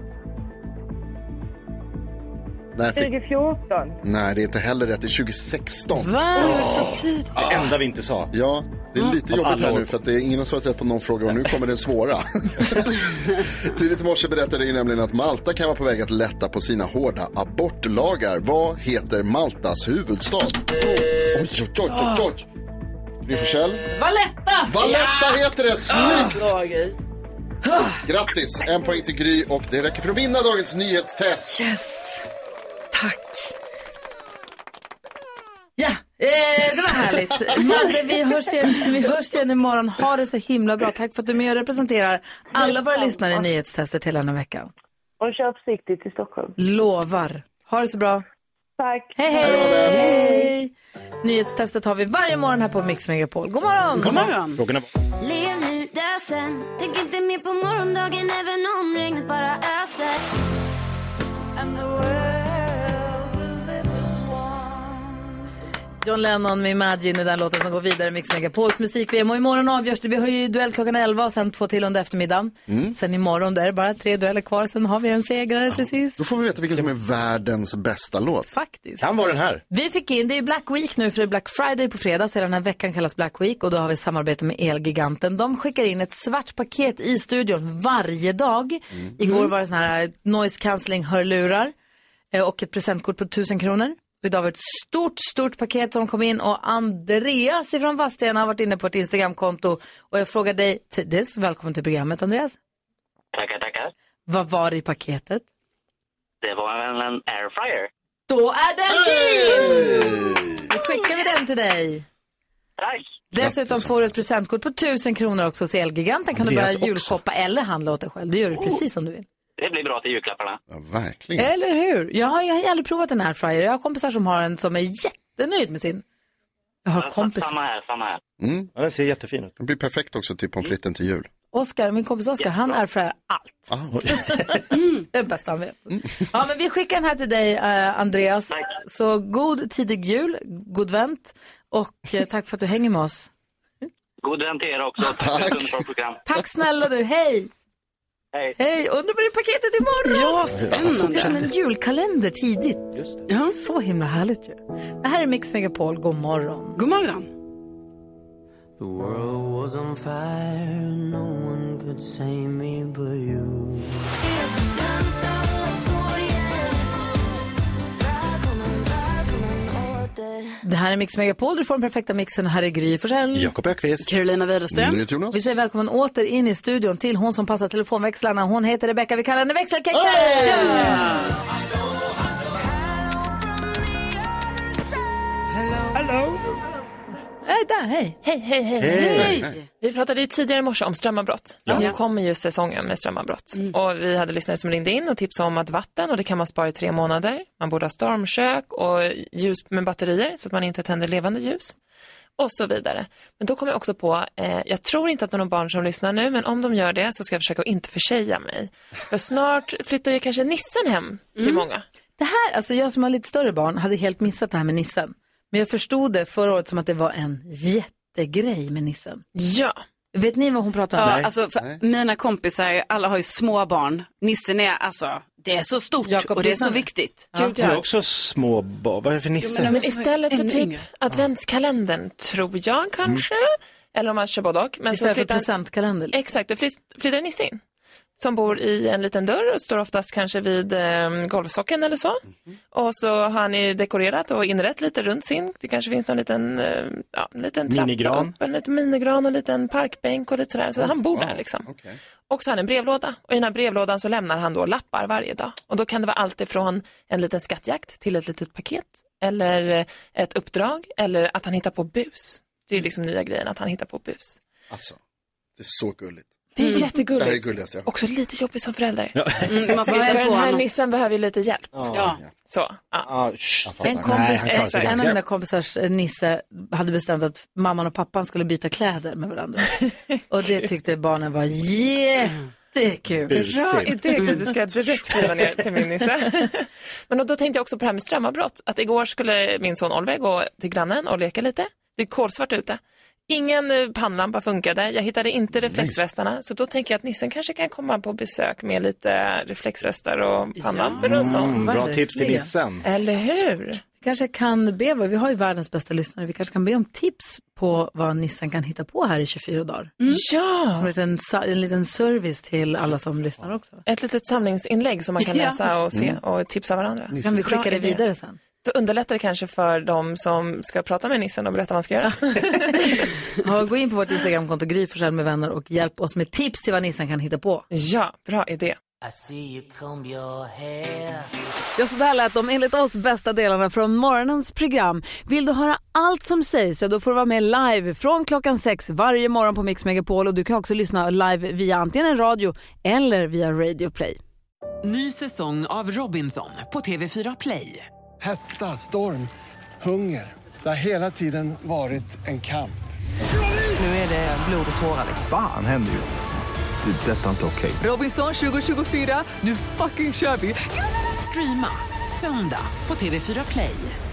Nej, fick... tjugo fjorton. Nej, det är inte heller rätt. Det är tjugo sexton. Va? Oh. Så tidigt. Det enda vi inte sa. Ja, det är lite Av jobbigt alla här år. nu för att det är ingen har svarat rätt på någon fråga och nu kommer den svåra. Tidigt i morse berättade ju nämligen att Malta kan vara på väg att lätta på sina hårda abortlagar. Vad heter Maltas huvudstad? Oj, oj, oj, oj, oj. Gry Forssell? Valletta! Valletta heter det, snyggt! Bra grej. Grattis, en poäng till Gry och det räcker för att vinna dagens nyhetstest. Yes, tack. Ja, eh, det var härligt. Madde, vi hörs, igen, vi hörs igen imorgon. Ha det så himla bra. Tack för att du är med och representerar alla våra lyssnare i nyhetstestet hela den här veckan. Och kör försiktigt till Stockholm. Lovar. Ha det så bra. Tack. Hej, hej. hej. Nyhetstestet har vi varje morgon här på Mix Megapol. God morgon. God morgon. Frågorna... Lev nu, dö sen. Tänk inte mer på morgondagen även om regnet bara öser. John Lennon med Imagine är den låten som går vidare i Mix Megapols musik-V M. Och imorgon avgörs det. Vi har ju duell klockan elva och sen två till under eftermiddagen. Mm. Sen imorgon, där är det bara tre dueller kvar. Sen har vi en segrare till sist. Då får vi veta vilken som är världens bästa låt. Faktiskt. Kan vara den här. Vi fick in, det är Black Week nu för det är Black Friday på fredag. Så den här veckan kallas Black Week och då har vi samarbete med Elgiganten. De skickar in ett svart paket i studion varje dag. Mm. Igår var det sån här noise cancelling hörlurar och ett presentkort på tusen kronor. Idag var ett stort, stort paket som kom in och Andreas från Vadstena har varit inne på ett Instagramkonto och jag frågar dig, dels välkommen till programmet Andreas. Tackar, tackar. Vad var det i paketet? Det var en, en airfryer. Då är den din! Då skickar vi den till dig. Tack. Dessutom får du ett presentkort på tusen kronor också hos Elgiganten. Kan Andreas du börja julshoppa eller handla åt dig själv. Du gör det precis som du vill. Det blir bra till julklapparna. Ja, verkligen. Eller hur? Jag har, jag har aldrig provat en airfryer. Jag har kompisar som har en som är jättenöjd med sin. Jag har Ja, kompisar. Samma här, samma här. Mm. Ja, den ser jättefin ut. Den blir perfekt också till pommes fritesen till jul. Oskar, min kompis Oskar, han airfryar allt. Ah, det är det bästa han vet. Ja, men vi skickar den här till dig, uh, Andreas. Tack. Så god tidig jul, god vänt. Och uh, tack för att du hänger med oss. God vänt till er också. Tack för ett underbart program. Tack snälla du, hej! Hej. Hej, undrar vad det paketet imorgon. Ja, spännande. Det är som en julkalender tidigt. Just det. Ja. Så himla härligt ju. Det här är Mix Megapol, god morgon. God morgon. The world was on fire, no one could save me but you. Välkommen, välkommen åter. Det här är Mix Megapol, du får den perfekta mixen. Här är Gry Forssell, Jakob Öqvist, Carolina Widerström. Mm, Vi säger välkommen åter in i studion till hon som passar telefonväxlarna. Hon heter Rebecca, vi kallar henne växelkexen. Hey! Hallå. Hej där, hej. Hej, hej, hej. Hej. hej. Vi pratade ju tidigare i morse om strömavbrott. Ja. Nu kommer ju säsongen med strömavbrott. Mm. Och vi hade lyssnare som ringde in och tipsade om att vatten, och det kan man spara i tre månader. Man borde ha stormkök och ljus med batterier så att man inte tänder levande ljus. Och så vidare. Men då kom jag också på, eh, jag tror inte att det är någon barn som lyssnar nu, men om de gör det så ska jag försöka att inte försäga mig. För snart flyttar ju kanske nissen hem till Mm. många. Det här, alltså jag som har lite större barn hade helt missat det här med nissen. Men jag förstod det förra året som att det var en jättegrej med nissen. Ja. Vet ni vad hon pratar om? Ja, alltså för mina kompisar, alla har ju små barn. Nissen är alltså, det är så stort Jakob, och det är lyssna så nu. viktigt. Ja. Du har också små barn. Vad är det för nisse? Men, men istället för ännu typ yngre. adventskalendern, tror jag kanske. Mm. Eller om man kör både och. Men Istället så för flyttar, presentkalender. Liksom. exakt, det flytt- flyttar en nisse in. Som bor i en liten dörr och står oftast kanske vid eh, golvsocken eller så. Mm. Och så har han dekorerat och inrett lite runt sin. Det kanske finns någon liten, eh, ja, en liten trappa Minigran. upp, en liten minigran och en liten parkbänk och lite sådär. Så han bor där liksom. Okay. Och så har han en brevlåda. Och i den här brevlådan så lämnar han då lappar varje dag. Och då kan det vara allt ifrån en liten skattjakt till ett litet paket. Eller ett uppdrag. Eller att han hittar på bus. Det är ju liksom nya grejen, att han hittar på bus. Alltså, det är så gulligt. Det är Mm. jättegulligt. Det här är gulligast jag har. Också lite jobbigt som förälder. Ja. Mm, man ska För hitta den på här något. nissen behöver ju lite hjälp. Ja. Så, ja. Ah, sh- En, Nej, kompis, han klarar sig en av ganska. mina kompisars eh, nisse hade bestämt att mamman och pappan skulle byta kläder med varandra. Och det tyckte barnen var jättekul. Bra idé, Gud, du ska direkt skriva ner till min nisse. Men då, då tänkte jag också på det här med strömavbrott. Att igår skulle min son Oliver gå till grannen och leka lite. Det är kolsvart ute. Ingen eh, pannlampa funkade. Jag hittade inte reflexvästarna. Så då tänker jag att nissen kanske kan komma på besök med lite reflexvästar och pannlampor och sånt. Mm, bra tips till nissen. Eller hur? Vi kanske kan be, vi har ju världens bästa lyssnare, vi kanske kan be om tips på vad nissen kan hitta på här i tjugofyra dagar. Mm. Ja! Som en liten, en liten service till alla som lyssnar också. Ett litet samlingsinlägg som man kan läsa och se och tipsa varandra. Så kan vi skicka det vidare sen. Då underlättar det kanske för de som ska prata med nissen och berätta vad man ska göra. Ja, gå in på vårt Instagramkonto Gry Forssell med vänner och hjälp oss med tips till vad nissen kan hitta på. Ja, bra idé. I see you comb your hair. Ja, så där lät de enligt oss bästa delarna från morgonens program. Vill du höra allt som sägs så då får du vara med live från klockan sex varje morgon på Mix Megapol. Och du kan också lyssna live via antingen en radio eller via Radio Play. Ny säsong av Robinson på T V fyra Play. Hetta, storm, hunger. Det har hela tiden varit en kamp. Nu är det blod och tårar. Fan händer just det. Det är detta inte okej. Robinson tjugo tjugofyra, nu fucking kör vi. Streama söndag på T V fyra Play.